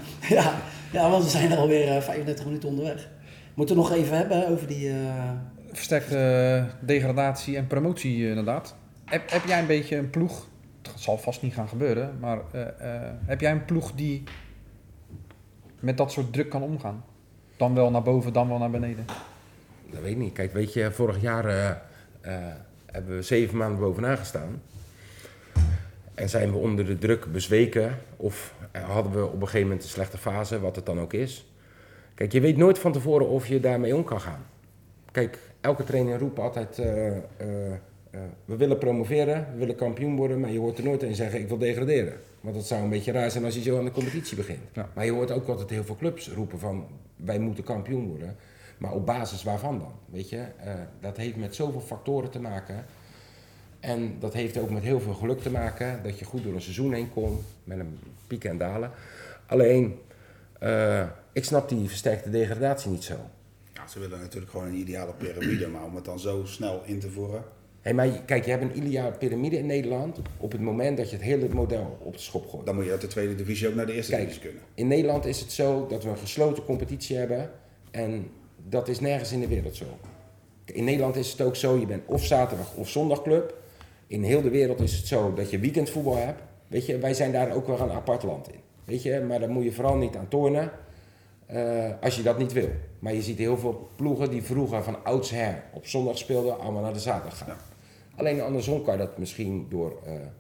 Ja, want we zijn er alweer 35 minuten onderweg. Moeten we nog even hebben over die versterkte degradatie en promotie inderdaad. Heb jij een beetje een ploeg, het zal vast niet gaan gebeuren, maar heb jij een ploeg die met dat soort druk kan omgaan? Dan wel naar boven, dan wel naar beneden? Dat weet ik niet. Kijk, weet je, vorig jaar hebben we 7 maanden bovenaan gestaan. En zijn we onder de druk bezweken of hadden we op een gegeven moment een slechte fase, wat het dan ook is. Kijk, je weet nooit van tevoren of je daarmee om kan gaan. Kijk, elke trainer roept altijd, we willen promoveren, we willen kampioen worden, maar je hoort er nooit een zeggen, ik wil degraderen. Want dat zou een beetje raar zijn als je zo aan de competitie begint. Ja. Maar je hoort ook altijd heel veel clubs roepen van, wij moeten kampioen worden. Maar op basis waarvan dan? Weet je, dat heeft met zoveel factoren te maken. En dat heeft ook met heel veel geluk te maken, dat je goed door een seizoen heen komt, met een pieken en dalen. Alleen, ik snap die versterkte degradatie niet zo. Ja, ze willen natuurlijk gewoon een ideale piramide, maar om het dan zo snel in te voeren. Hey, maar kijk, je hebt een ideale piramide in Nederland op het moment dat je het hele model op de schop gooit. Dan moet je uit de tweede divisie ook naar de eerste divisie kunnen. In Nederland is het zo dat we een gesloten competitie hebben en dat is nergens in de wereld zo. In Nederland is het ook zo, je bent of zaterdag of zondagclub. In heel de wereld is het zo dat je weekendvoetbal hebt. Weet je, wij zijn daar ook wel een apart land in. Weet je, maar daar moet je vooral niet aan tornen als je dat niet wil. Maar je ziet heel veel ploegen die vroeger van oudsher op zondag speelden, allemaal naar de zaterdag gaan. Ja. Alleen andersom kan je dat misschien door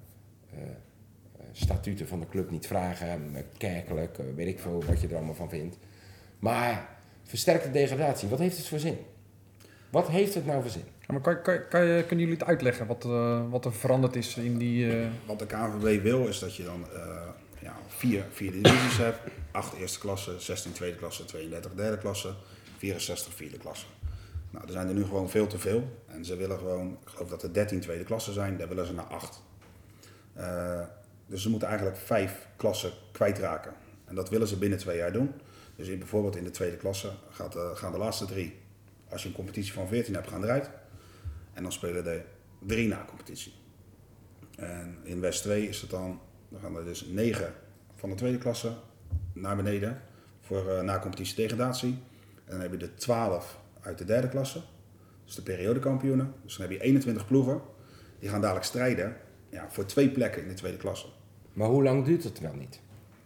statuten van de club niet vragen, kerkelijk, weet ik veel wat je er allemaal van vindt. Maar versterkte degradatie, wat heeft het voor zin? Wat heeft het nou voor zin? Ja, maar kunnen jullie het uitleggen wat er veranderd is in die... Wat de KNVB wil is dat je dan 4 divisies hebt, 8 eerste klasse, 16 tweede klasse, 32 derde klasse, 64 vierde klasse. Nou, er zijn er nu gewoon veel te veel en ze willen gewoon, ik geloof dat er 13 tweede klassen zijn, daar willen ze naar 8. Dus ze moeten eigenlijk 5 klassen kwijtraken en dat willen ze binnen 2 jaar doen. Dus bijvoorbeeld in de tweede klasse gaan de laatste 3, als je een competitie van 14 hebt, gaan eruit. En dan spelen er 3 na competitie. En in West 2 is het dan gaan er dus 9 van de tweede klasse naar beneden voor na competitie degradatie. En dan heb je de 12 uit de derde klasse, dus de periodekampioenen. Dus dan heb je 21 ploegen, die gaan dadelijk strijden voor 2 plekken in de tweede klasse. Maar hoe lang duurt het wel niet?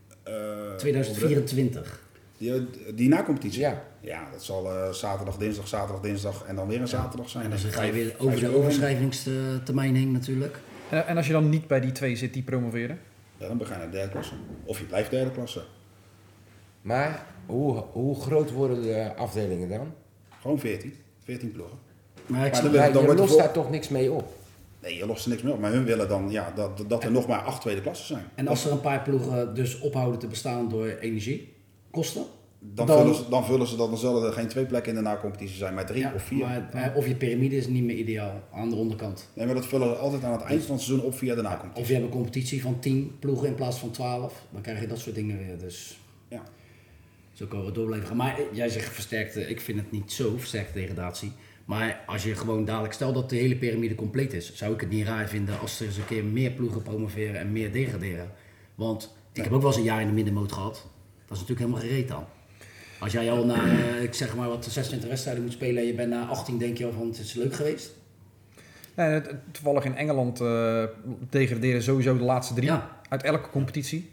2024. Die na-competitie? Ja, dat zal zaterdag, dinsdag en dan weer een zaterdag zijn. En dan ga je weer over de overschrijvingstermijn heen natuurlijk. En als je dan niet bij die 2 zit die promoveren? Ja, dan begin je naar de derde klasse. Of je blijft derde klasse. Maar hoe groot worden de afdelingen dan? Gewoon 14 ploegen. Maar je lost daar toch niks mee op? Nee, je lost er niks mee op. Maar hun willen dan dat er nog maar 8 tweede klassen zijn. En als er een paar ploegen dus ophouden te bestaan door energiekosten? Dan vullen ze dat, dan zullen er geen 2 plekken in de na-competitie zijn, maar 3 of 4. Maar of je piramide is niet meer ideaal aan de onderkant. Nee, maar dat vullen we altijd aan het eind van het seizoen op via de na-competitie. Of je hebt een competitie van 10 ploegen in plaats van 12, dan krijg je dat soort dingen weer. Dus ja. Zo kunnen we door blijven gaan. Maar jij zegt versterkte, ik vind het niet zo versterkte degradatie. Maar als je gewoon dadelijk, stel dat de hele piramide compleet is, zou ik het niet raar vinden als er eens een keer meer ploegen promoveren en meer degraderen. Want ik heb ook wel eens een jaar in de middenmoot gehad. Dat is natuurlijk helemaal gereed dan. Als jij al na, ik zeg maar wat, 26 wedstrijden moet spelen en je bent na 18, denk je al van het is leuk geweest? Nee, toevallig in Engeland degraderen sowieso de laatste 3 uit elke competitie.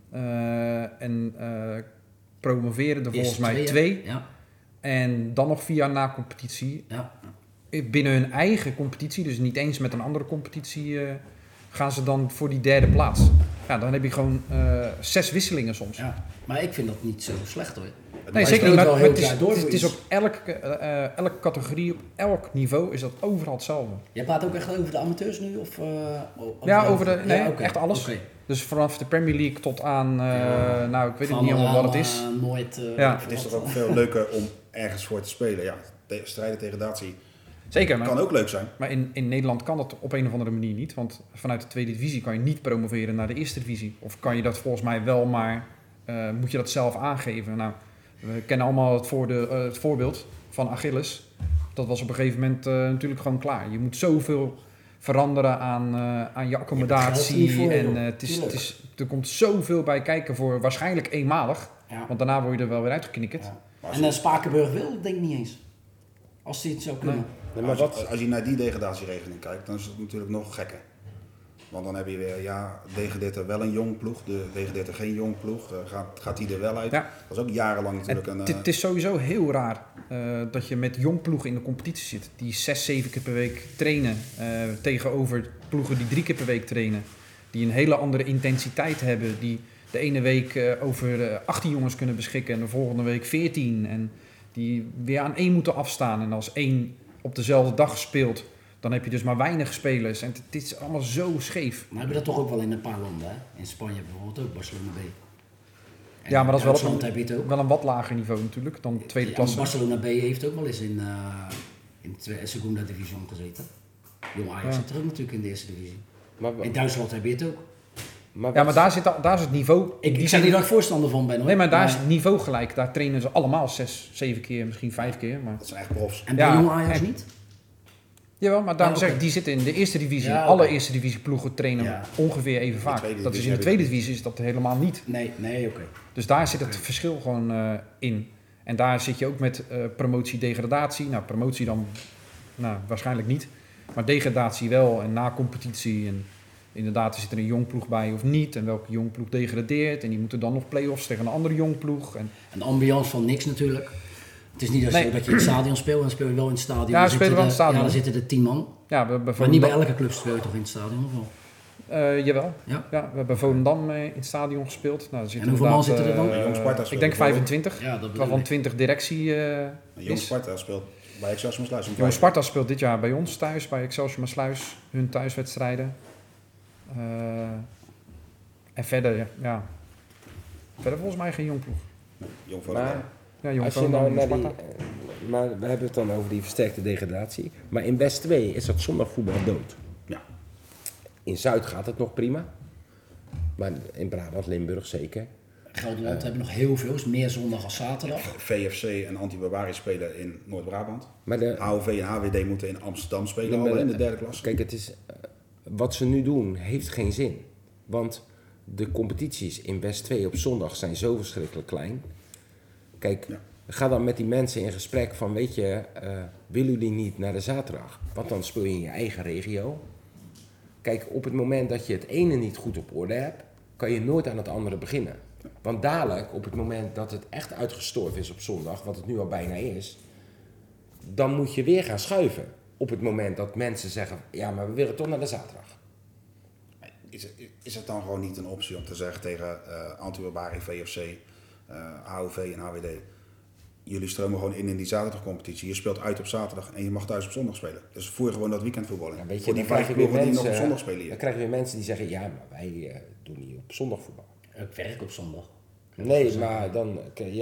En promoveren er volgens mij 2. Ja. En dan nog 4 jaar na competitie. Ja. Binnen hun eigen competitie, dus niet eens met een andere competitie, gaan ze dan voor die derde plaats. Ja, dan heb je gewoon 6 wisselingen soms. Ja. Maar ik vind dat niet zo slecht hoor. Nee, zeker niet. Maar het is op elke categorie, op elk niveau is dat overal hetzelfde. Jij praat ook echt over de amateurs nu? Of, echt alles. Okay. Dus vanaf de Premier League tot aan, ik weet niet helemaal wat het is. Het is toch ook veel leuker om ergens voor te spelen. Ja, strijden tegen degradatie zeker, kan ook leuk zijn. Maar in Nederland kan dat op een of andere manier niet. Want vanuit de tweede divisie kan je niet promoveren naar de eerste divisie. Of kan je dat volgens mij wel, maar moet je dat zelf aangeven. Nou, we kennen allemaal het voorbeeld van Achilles. Dat was op een gegeven moment natuurlijk gewoon klaar. Je moet zoveel veranderen aan je accommodatie. En er komt zoveel bij kijken voor waarschijnlijk eenmalig. Ja. Want daarna word je er wel weer uitgeknikkerd. Ja. En Spakenburg wil, denk ik niet eens. Als die het zou kunnen. Nee, maar als je naar die degradatieregeling kijkt, dan is het natuurlijk nog gekker. Want dan heb je weer, degradeert er wel een jong ploeg, degradeert er geen jong ploeg, gaat die er wel uit. Ja. Dat is ook jarenlang natuurlijk Het is sowieso heel raar dat je met jong ploegen in de competitie zit. Die 6-7 keer per week trainen tegenover ploegen die 3 keer per week trainen. Die een hele andere intensiteit hebben. Die de ene week over 18 jongens kunnen beschikken en de volgende week 14. En die weer aan 1 moeten afstaan. En als 1 op dezelfde dag speelt, dan heb je dus maar weinig spelers. En het is allemaal zo scheef. Maar hebben we dat toch ook wel in een paar landen, hè? In Spanje bijvoorbeeld ook, Barcelona B. En Ja, maar dat is Duitsland heb je het ook. wel een wat lager niveau natuurlijk dan tweede Ja, klasse. Barcelona B heeft ook wel eens in de Segunda Division gezeten. Jong Ajax zit er ook natuurlijk in de eerste divisie. Maar, In Duitsland heb je het ook. Ja, maar daar is het niveau... Ik zeg niet dat ik voorstander van ben, hoor. Nee, maar daar is het niveau gelijk. Daar trainen ze allemaal 6, 7 keer, misschien 5 keer. Maar... Dat zijn echt profs. En bij Ja, Jong Ajax echt. niet? Jawel, maar daarom oké. zeg ik, die zitten in de eerste divisie. Ja, Alle oké. eerste divisie ploegen trainen Ja. ongeveer even vaak. tweede Dat is in divisie de tweede heb je- divisie is dat helemaal niet. Nee, oké. Dus daar zit het verschil gewoon in. En daar zit je ook met promotie-degradatie. Nou, promotie dan waarschijnlijk niet. Maar degradatie wel en na competitie. En inderdaad, zit er een jong ploeg bij of niet. En welke jong ploeg degradeert. En die moeten dan nog play-offs tegen een andere jong ploeg. En En de ambiance van niks natuurlijk. Het is niet zo Nee. dat je in het stadion speelt, dan speel je wel in het stadion. Ja, Dan spelen zitten wel in het stadion. Ja, dan zitten er 10 man. ja, we hebben Maar niet bij Volendam- elke club speel je toch in het stadion, of wel? Jawel. Ja. Ja, we hebben Volendam in het stadion gespeeld. Nou, er zitten En hoeveel man inderdaad, zitten er dan? Jong Sparta ik speelt denk wel. 25. Ja, dat bedoel Waarvan ik. 20 directie Jong is. Sparta speelt bij Excelsior Maasluis. Jong Sparta speelt dit jaar bij ons thuis, bij Excelsior Maasluis, hun thuiswedstrijden. En verder, ja. Verder volgens mij geen jong ploeg. Jong maar Volendam. Ja, Jong als je Volendam, nou Jong naar die, Sparta. maar we hebben het dan over die versterkte degradatie. Maar in West 2 is dat zondagvoetbal dood. Ja. In Zuid gaat het nog prima. Maar in Brabant, Limburg zeker. Gelderland hebben nog heel veel, is meer zondag als zaterdag. VFC en Anti-Barbarisch spelen in Noord-Brabant. Maar de, HOV en HWD moeten in Amsterdam spelen, Nee, maar al in de de- derde klas. Kijk, het is, wat ze nu doen heeft geen zin. Want de competities in West 2 op zondag zijn zo verschrikkelijk klein. Kijk, Ja. ga dan met die mensen in gesprek van, weet je, willen jullie niet naar de zaterdag? Want dan speel je in je eigen regio. Kijk, op het moment dat je het ene niet goed op orde hebt, kan je nooit aan het andere beginnen. Want dadelijk, op het moment dat het echt uitgestorven is op zondag, wat het nu al bijna is, dan moet je weer gaan schuiven. Op het moment dat mensen zeggen, ja, maar we willen toch naar de zaterdag. Is het dan gewoon niet een optie om te zeggen tegen Anti-Barbarisch, VFC, HOV en HWD... Jullie stromen gewoon in die zaterdagcompetitie. Je speelt uit op zaterdag en je mag thuis op zondag spelen. Dus voer je gewoon dat weekendvoetbal in. Ja, weet je, Voor die dan krijg 5 je weer ploegen die nog op mensen, zondag spelen hier. dan krijg je weer mensen die zeggen, ja, maar wij doen niet op zondag voetbal. Ik werk op zondag. Nee, maar dan,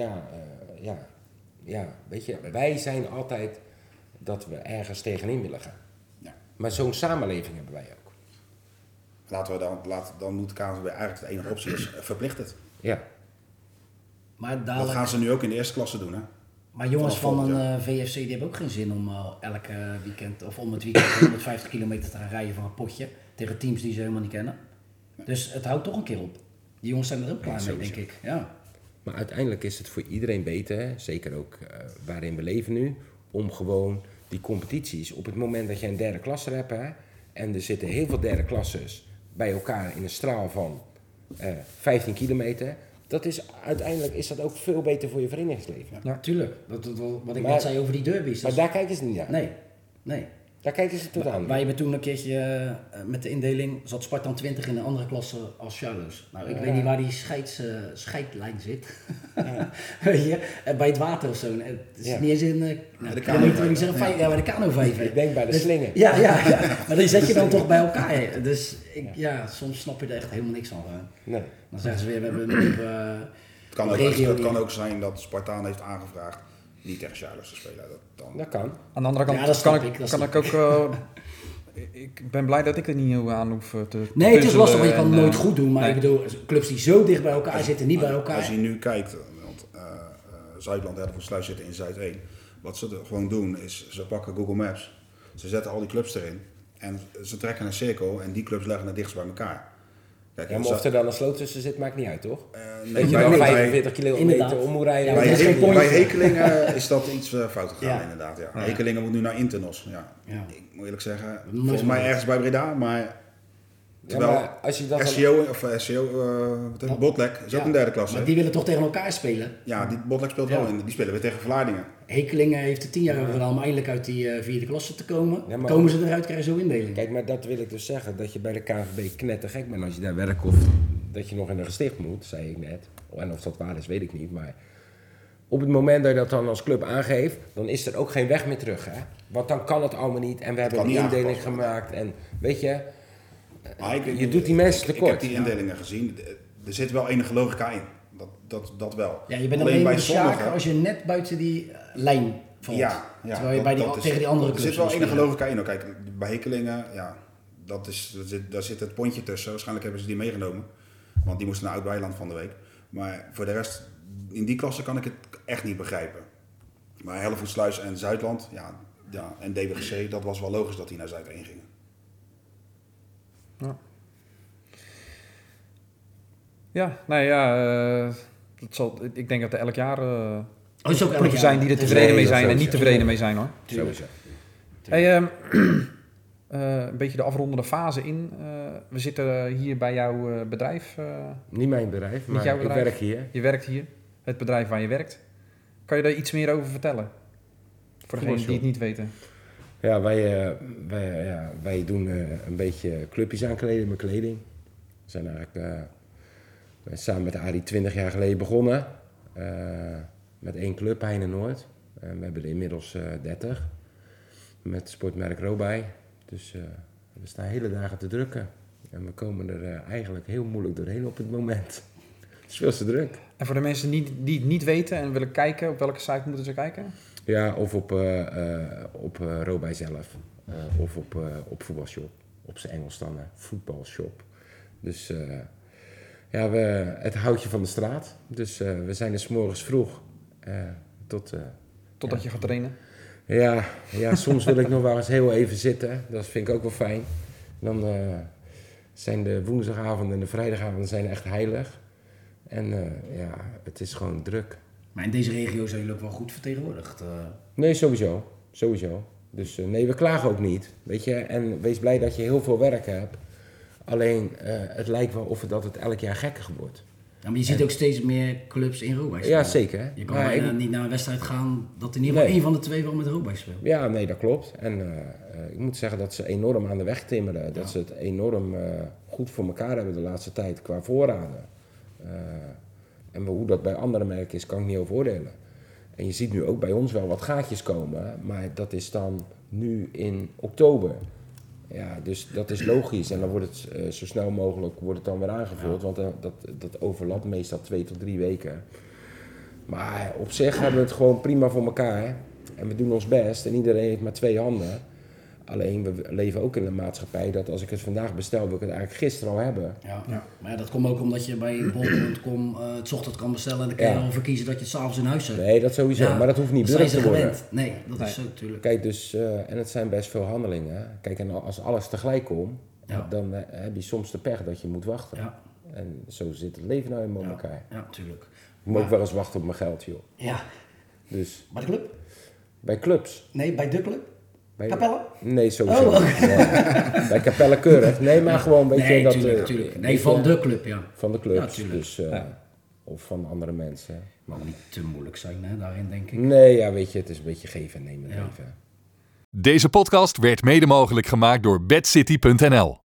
weet je, wij zijn altijd dat we ergens tegenin willen gaan. Ja. Maar zo'n samenleving hebben wij ook. Dan moet de KNVB eigenlijk de enige optie is, verplicht het. Ja. Maar Dat dadelijk... gaan ze nu ook in de eerste klasse doen, hè? Maar jongens Vanaf van volgend een VFC die hebben ook geen zin om elke weekend of om het weekend 150 kilometer te gaan rijden voor een potje tegen teams die ze helemaal niet kennen. Dus het houdt toch een keer op. Die jongens zijn er ook klaar mee, denk ik. Ja. Maar uiteindelijk is het voor iedereen beter, hè, zeker ook waarin we leven nu, om gewoon die competities, op het moment dat je een derde klasse hebt, hè, en er zitten heel veel derde klasses bij elkaar in een straal van 15 kilometer, uiteindelijk is dat ook veel beter voor je verenigingsleven. Ja. Tuurlijk. Wat ik Maar- net zei over die derbies. Maar daar kijken ze niet naar. Nee. Daar kijken ze tot aan. Wij hebben toen een keertje met de indeling, zat Spartan 20 in een andere klasse als Charloes. Nou, ik weet niet waar die scheidlijn zit. Weet je, bij het water of zo. Het is Ja. niet eens in... de kilometer, Kano ik zeg, bij de Kano-vijver. Ik denk bij de slingen. Ja, maar die zet je dan toch bij elkaar. Hè. Dus soms snap je er echt helemaal niks van. Nee. Dan zeggen ze weer, we hebben hem op... Het kan ook zijn dat Spartaan heeft aangevraagd niet tegen Charles te spelen. Dat kan. Aan de andere kant Ja, dat snap ik, dat kan snap ik ook... ik ben blij dat ik er niet heel aan hoef te Nee, het is puzzelen lastig, want je kan en, het nooit goed doen. Maar nee. ik bedoel, clubs die zo dicht bij elkaar zitten, niet bij Als elkaar. je nu kijkt, want Zuidland en Sluis zitten in Zuid 1. Wat ze gewoon doen is, ze pakken Google Maps. Ze zetten al die clubs erin. En ze trekken een cirkel en die clubs leggen het dichtst bij elkaar. Kijk, Ja, maar of er dan een sloot tussen zit, maakt niet uit, toch? nee, Dat je bij- dan bij- 45 kilometer Inderdaad. om moet rijden. Ja, Bij, dat is geen pontje. Bij Hekelingen is dat iets fout gegaan, Ja. inderdaad. Ja. Hekelingen moet nu naar Internos. Ja. Ja. Ik moet eerlijk zeggen, nooit volgens mij gehoord. ergens bij Breda, maar Ja, terwijl maar als je dat dan- SCO of SCO, wat heet het? Botlek is ook een derde klasse. Maar die willen toch tegen elkaar spelen? Ja, die Botlek speelt wel in. Die spelen weer tegen Vlaardingen. Hekelingen heeft er 10 jaar over gedaan om eindelijk uit die 4e klasse te komen. Ja, maar- Komen ze eruit, krijgen ze zo indeling. Kijk, maar dat wil ik dus zeggen, dat je bij de KNVB knettergek bent als je daar werkt of dat je nog in een gesticht moet, zei ik net. En of dat waar is, weet ik niet, maar op het moment dat je dat dan als club aangeeft, dan is er ook geen weg meer terug, hè? Want dan kan het allemaal niet en we hebben kan een niet indeling aangepast worden. gemaakt en weet je, Maar je doet die mensen Ik tekort. heb die indelingen gezien. Er zit wel enige logica in. Dat wel. Ja, je bent alleen bij de schaken als je net buiten die lijn valt. Ja, Terwijl je bij tegen die andere Er clubs zit wel moet enige spelen. logica in. Hoor. Kijk, bij Hekelingen, ja, daar zit het pontje tussen. Waarschijnlijk hebben ze die meegenomen. Want die moesten naar Oud-Weiland van de week. Maar voor de rest, in die klasse kan ik het echt niet begrijpen. Maar Hellevoetsluis en Zuidland, ja, en DBGC, dat was wel logisch dat die naar Zuid 1 gingen. Ja, nou ja, ik denk dat er elk jaar is ook elk ploegen jaar. zijn die er Dus tevreden mee dat zijn en sowieso. niet tevreden mee zijn, hoor. Sowieso. Hey, een beetje de afrondende fase in. We zitten hier bij jouw bedrijf. Niet mijn bedrijf, maar jouw ik bedrijf? werk hier. Je werkt hier, het bedrijf waar je werkt. Kan je daar iets meer over vertellen? Voor degenen die het niet weten. Ja, wij doen een beetje clubjes aankleden met kleding. We zijn eigenlijk samen met Arie 20 jaar geleden begonnen. Met 1 club, Heine Noord. We hebben er inmiddels 30. Met sportmerk Robij. Dus we staan hele dagen te drukken. En we komen er eigenlijk heel moeilijk doorheen op het moment. Het is veel te druk. En voor de mensen die het niet weten en willen kijken, op welke site moeten ze kijken? Ja, of op Robij zelf. Of op voetbalshop. Op zijn Engels dan, voetbalshop. Dus ja, het houtje van de straat. Dus we zijn er 's morgens vroeg Totdat je gaat trainen. Ja, soms wil ik nog wel eens heel even zitten. Dat vind ik ook wel fijn. Dan zijn de woensdagavond en de vrijdagavond zijn echt heilig. En ja, het is gewoon druk. Maar in deze regio zijn jullie ook wel goed vertegenwoordigd. Nee, sowieso. Dus nee, we klagen ook niet. Weet je, en wees blij dat je heel veel werk hebt. Alleen, het lijkt wel of dat het elk jaar gekker wordt. Ja, maar je ziet ook steeds meer clubs in Robij spelen. Ja, zeker. Je kan Maar bijna ik- niet naar een wedstrijd gaan dat in ieder geval Nee. één van de twee wel met Robij speelt. Ja, nee, dat klopt. En ik moet zeggen dat ze enorm aan de weg timmeren. Dat ze het enorm goed voor elkaar hebben de laatste tijd qua voorraden. En hoe dat bij andere merken is, kan ik niet over oordelen. En je ziet nu ook bij ons wel wat gaatjes komen, maar dat is dan nu in oktober. Ja, dus dat is logisch. En dan wordt het zo snel mogelijk wordt het dan weer aangevuld, want dat overlapt meestal 2 tot 3 weken. Maar op zich hebben we het gewoon prima voor elkaar. En we doen ons best en iedereen heeft maar 2 handen. Alleen we leven ook in een maatschappij dat als ik het vandaag bestel, wil ik het eigenlijk gisteren al hebben. Ja. Maar ja, dat komt ook omdat je bij bol.com het 's ochtends kan bestellen en dan kan je Ja. ervoor kiezen dat je het 's avonds in huis hebt. Nee, dat sowieso. Ja, Maar dat hoeft niet dat druk zijn te ze worden. gewend. Nee, dat is zo natuurlijk. Kijk, dus, en het zijn best veel handelingen. Kijk, en als alles tegelijk komt, Ja. dan heb je soms de pech dat je moet wachten. Ja, En zo zit het leven nou helemaal in elkaar. ja, natuurlijk. Ik moet ook wel eens wachten op mijn geld, joh. Ja, Dus bij de club? bij clubs. Nee, bij de club? Bij, Capelle? Nee, sowieso. Oh, niet. Nee. Bij Capelle keurig. Nee, maar gewoon een beetje Nee, dat... tuurlijk. Nee, weet van je, de club, ja. Van de clubs. Ja, tuurlijk. Dus, of van andere mensen. Mag niet te moeilijk zijn, hè, daarin denk ik. Nee, ja, weet je, het is een beetje geven en nemen Ja. leven. Deze podcast werd mede mogelijk gemaakt door bedcity.nl.